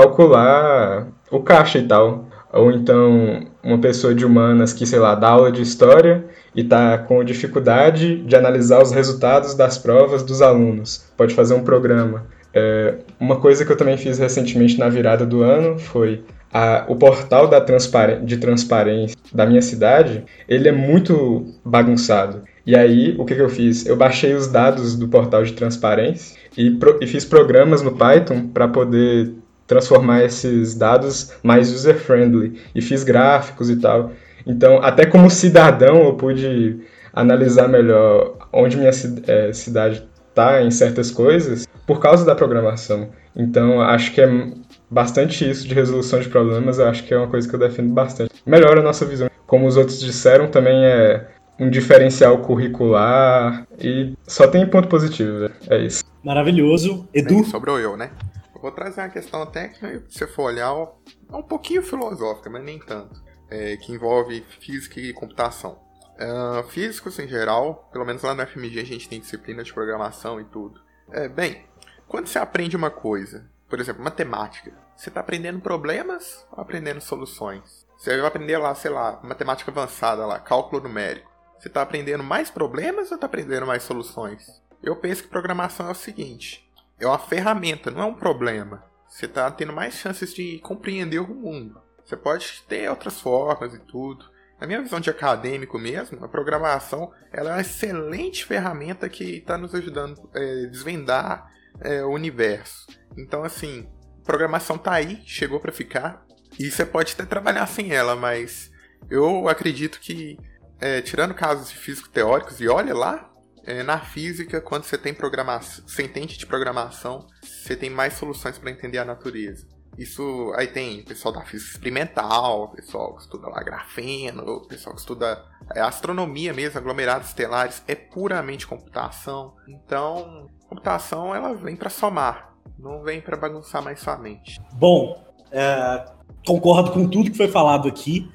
calcular o caixa e tal. Ou então uma pessoa de humanas que, sei lá, dá aula de história e está com dificuldade de analisar os resultados das provas dos alunos. Pode fazer um programa. É, uma coisa que eu também fiz recentemente na virada do ano foi a, o portal da transparen- de transparência da minha cidade, ele é muito bagunçado. E aí, o que, que eu fiz? Eu baixei os dados do portal de transparência e, pro, e fiz programas no Python para poder transformar esses dados mais user-friendly. E fiz gráficos e tal. Então, até como cidadão, eu pude analisar melhor onde minha é, cidade está em certas coisas por causa da programação. Então, acho que é bastante isso de resolução de problemas, eu acho que é uma coisa que eu defendo bastante. Melhora a nossa visão. Como os outros disseram, também é um diferencial curricular e só tem ponto positivo, velho. É isso. Maravilhoso. Edu? Bem, sobrou eu, né? Eu vou trazer uma questão técnica, se você for olhar, é um pouquinho filosófica, mas nem tanto. É, que envolve física e computação. Uh, físicos em geral, pelo menos lá no F M G a gente tem disciplina de programação e tudo. É, bem, quando você aprende uma coisa, por exemplo, matemática, você está aprendendo problemas ou aprendendo soluções? Você vai aprender lá, sei lá, matemática avançada lá, cálculo numérico. Você está aprendendo mais problemas ou está aprendendo mais soluções? Eu penso que programação é o seguinte, é uma ferramenta, não é um problema. Você está tendo mais chances de compreender o mundo. Você pode ter outras formas e tudo. Na minha visão de acadêmico mesmo, a programação ela é uma excelente ferramenta que está nos ajudando a é, desvendar é, o universo. Então, assim, a programação está aí, chegou para ficar. E você pode até trabalhar sem ela, mas eu acredito que, é, tirando casos físico-teóricos, e olha lá, é, na física, quando você tem programação, você entende de programação, você tem mais soluções para entender a natureza. Isso, aí tem o pessoal da física experimental, o pessoal que estuda lá grafeno, o pessoal que estuda é, astronomia mesmo, aglomerados estelares, é puramente computação. Então, computação ela vem para somar, não vem para bagunçar mais sua mente. Bom, é, concordo com tudo que foi falado aqui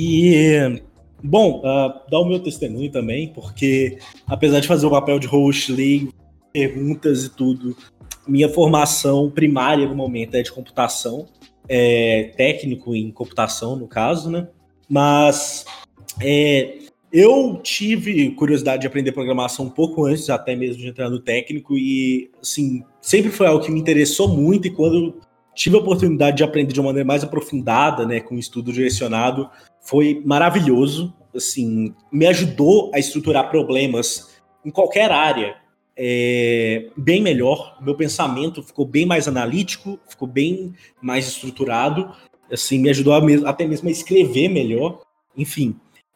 e, bom, uh, dar o meu testemunho também, porque apesar de fazer o papel de host, ler perguntas e tudo, minha formação primária no momento é de computação, é, técnico em computação, no caso, né? Mas é, eu tive curiosidade de aprender programação um pouco antes, até mesmo de entrar no técnico, e assim, sempre foi algo que me interessou muito, e quando eu tive a oportunidade de aprender de uma maneira mais aprofundada, né, com um estudo direcionado, foi maravilhoso, assim, me ajudou a estruturar problemas em qualquer área, É, bem melhor, meu pensamento ficou bem mais analítico, ficou bem mais estruturado, assim, me ajudou a me, até mesmo a escrever melhor, enfim.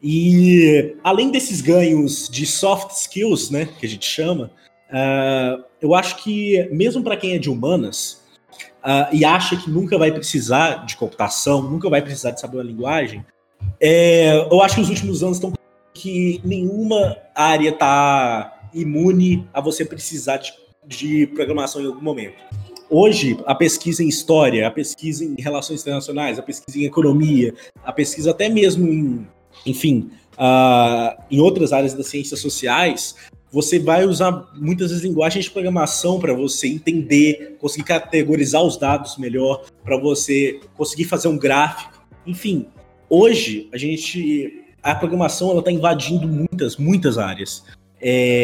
E além desses ganhos de soft skills, né, que a gente chama, uh, eu acho que mesmo para quem é de humanas uh, e acha que nunca vai precisar de computação, nunca vai precisar de saber uma linguagem, é, eu acho que os últimos anos estão que nenhuma área está imune a você precisar de, de programação em algum momento. Hoje, a pesquisa em história, a pesquisa em relações internacionais, a pesquisa em economia, a pesquisa até mesmo em, enfim, uh, em outras áreas das ciências sociais, você vai usar muitas vezes linguagens de programação para você entender, conseguir categorizar os dados melhor, para você conseguir fazer um gráfico. Enfim, hoje, a gente, a programação está invadindo muitas, muitas áreas. É,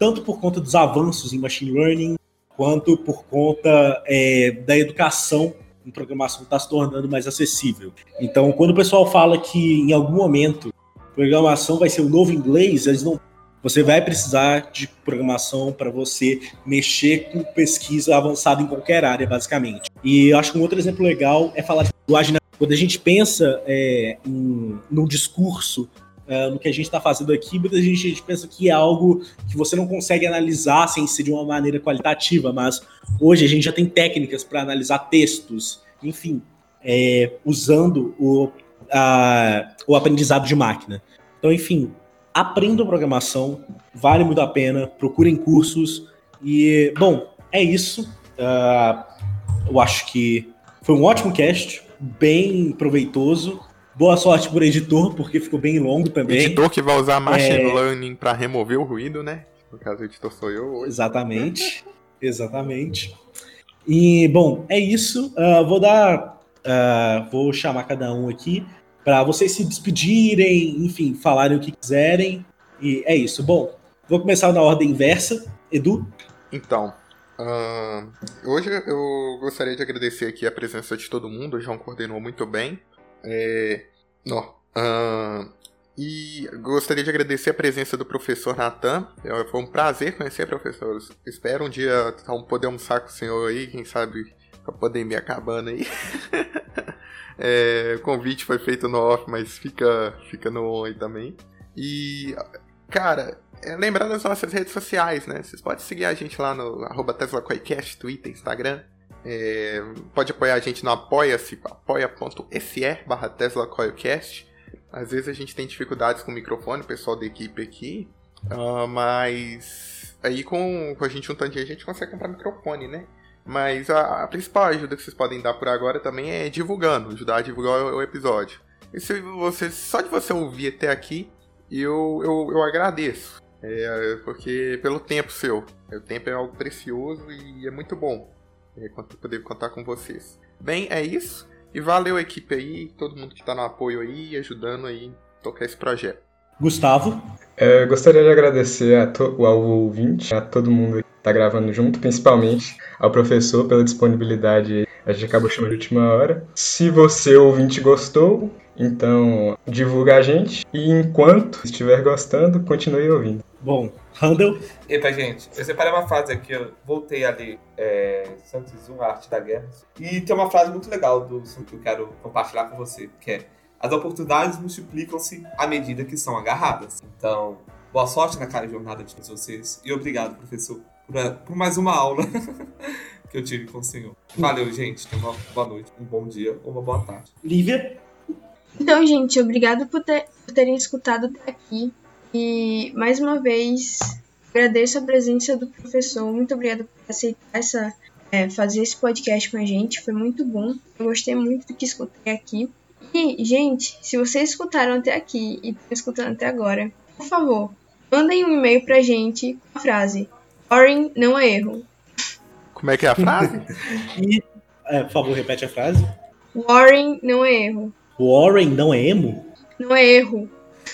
tanto por conta dos avanços em machine learning, quanto por conta é, da educação em programação está se tornando mais acessível. Então, quando o pessoal fala que em algum momento programação vai ser o novo inglês, eles não, você vai precisar de programação para você mexer com pesquisa avançada em qualquer área, basicamente. E eu acho que um outro exemplo legal é falar de linguagem. Quando a gente pensa é, em, num discurso, uh, no que a gente está fazendo aqui, muita gente, a gente pensa que é algo que você não consegue analisar sem ser de uma maneira qualitativa, mas hoje a gente já tem técnicas para analisar textos, enfim, é, usando o, a, o aprendizado de máquina. Então, enfim, aprendam programação, vale muito a pena, procurem cursos e, bom, é isso. Uh, eu acho que foi um ótimo cast, bem proveitoso. Boa sorte por editor, porque ficou bem longo também. Editor que vai usar machine é... learning para remover o ruído, né? No caso, o editor sou eu hoje. Exatamente, exatamente. E, bom, é isso. Uh, vou dar... Uh, vou chamar cada um aqui para vocês se despedirem, enfim, falarem o que quiserem. E é isso. Bom, vou começar na ordem inversa. Edu? Então, uh, hoje eu gostaria de agradecer aqui a presença de todo mundo. O João coordenou muito bem. É, não, uh, e gostaria de agradecer a presença do professor Natan. Foi um prazer conhecer, professor. Espero um dia poder almoçar com o senhor aí, quem sabe com a pandemia acabando aí. É, o convite foi feito no off, mas fica, fica no on aí também. E, cara, é, lembrar das nossas redes sociais, né? Vocês podem seguir a gente lá no arroba TeslaCoicast, Twitter, Instagram. É, pode apoiar a gente no apoia-se, apoia.se barra TeslaCoilcast. Às vezes a gente tem dificuldades com o microfone, o pessoal da equipe aqui, uh, mas aí com, com a gente juntando dinheiro a gente consegue comprar microfone, né? Mas a, a principal ajuda que vocês podem dar por agora também é divulgando, ajudar a divulgar o, o episódio. E se você, só de você ouvir até aqui, eu, eu, eu agradeço, é, porque pelo tempo seu, o tempo é algo precioso e é muito bom. É, poder contar com vocês. Bem, é isso. E valeu a equipe aí, todo mundo que tá no apoio aí, ajudando aí a tocar esse projeto. Gustavo? É, gostaria de agradecer a to- ao ouvinte, a todo mundo que tá gravando junto, principalmente ao professor pela disponibilidade. A gente acabou chamando de última hora. Se você, ouvinte, gostou, então divulga a gente. E enquanto estiver gostando, continue ouvindo. Bom, Randall? Eita, gente, eu separei uma frase aqui, eu voltei ali, é, Sun Tzu, A Arte da Guerra. E tem uma frase muito legal do Sun Tzu que eu quero compartilhar com você, que é: as oportunidades multiplicam-se à medida que são agarradas. Então, boa sorte na cara jornada de todos vocês. E obrigado, professor, por, por mais uma aula que eu tive com o senhor. Valeu, gente. Tenha uma boa noite, um bom dia ou uma boa tarde. Lívia? Então, gente, obrigado por, ter, por terem escutado até aqui. E, mais uma vez, agradeço a presença do professor. Muito obrigada por aceitar essa, é, fazer esse podcast com a gente. Foi muito bom. Eu gostei muito do que escutei aqui. E, gente, se vocês escutaram até aqui e estão escutando até agora, por favor, mandem um e-mail pra gente com a frase: Warren não é erro. Como é que é a frase? E, é, por favor, repete a frase. Warren não é erro. Warren não é emo? Não é erro.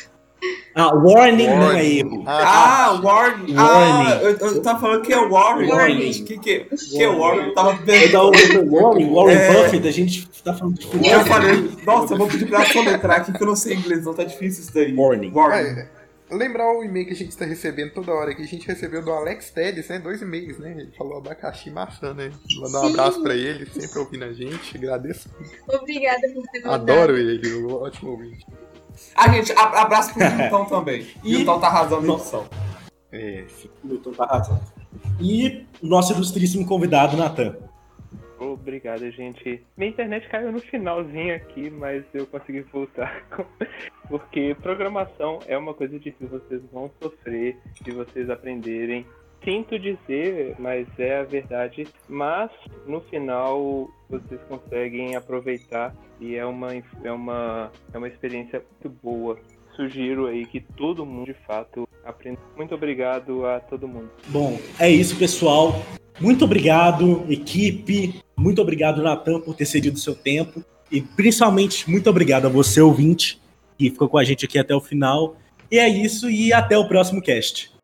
Ah, warning, warning. Não é erro. Ah, ah warning. warning. Ah, eu, eu tava falando que é warning. Warning. O que, que, que é warning? Eu tava vendo. Warren, Warren é... Buffett, a gente tá falando de futebol. Eu falei, nossa, eu vou pedir pra soletrar aqui que eu não sei inglês, não tá difícil isso daí. Warning. warning. É, lembrar o e-mail que a gente tá recebendo toda hora, que a gente recebeu do Alex Teles, né? Dois e-mails, né? Ele falou abacaxi maçã, né? Mandar um abraço pra ele, sempre ouvindo a gente. Agradeço. Obrigada por ter mandado. Adoro ele, um ótimo ouvinte. Ah, gente, abraço pro Milton também. E o Milton tá arrasando na edição. É, o Milton tá arrasando. E o nosso ilustríssimo convidado, Natan. Obrigado, gente. Minha internet caiu no finalzinho aqui, mas eu consegui voltar. Porque programação é uma coisa de que vocês vão sofrer, de vocês aprenderem. Sinto dizer, mas é a verdade. Mas, no final, vocês conseguem aproveitar e é uma, é uma, é uma experiência muito boa. Sugiro aí que todo mundo, de fato, aprenda. Muito obrigado a todo mundo. Bom, é isso, pessoal. Muito obrigado, equipe. Muito obrigado, Natan, por ter cedido o seu tempo. E, principalmente, muito obrigado a você, ouvinte, que ficou com a gente aqui até o final. E é isso, e até o próximo cast.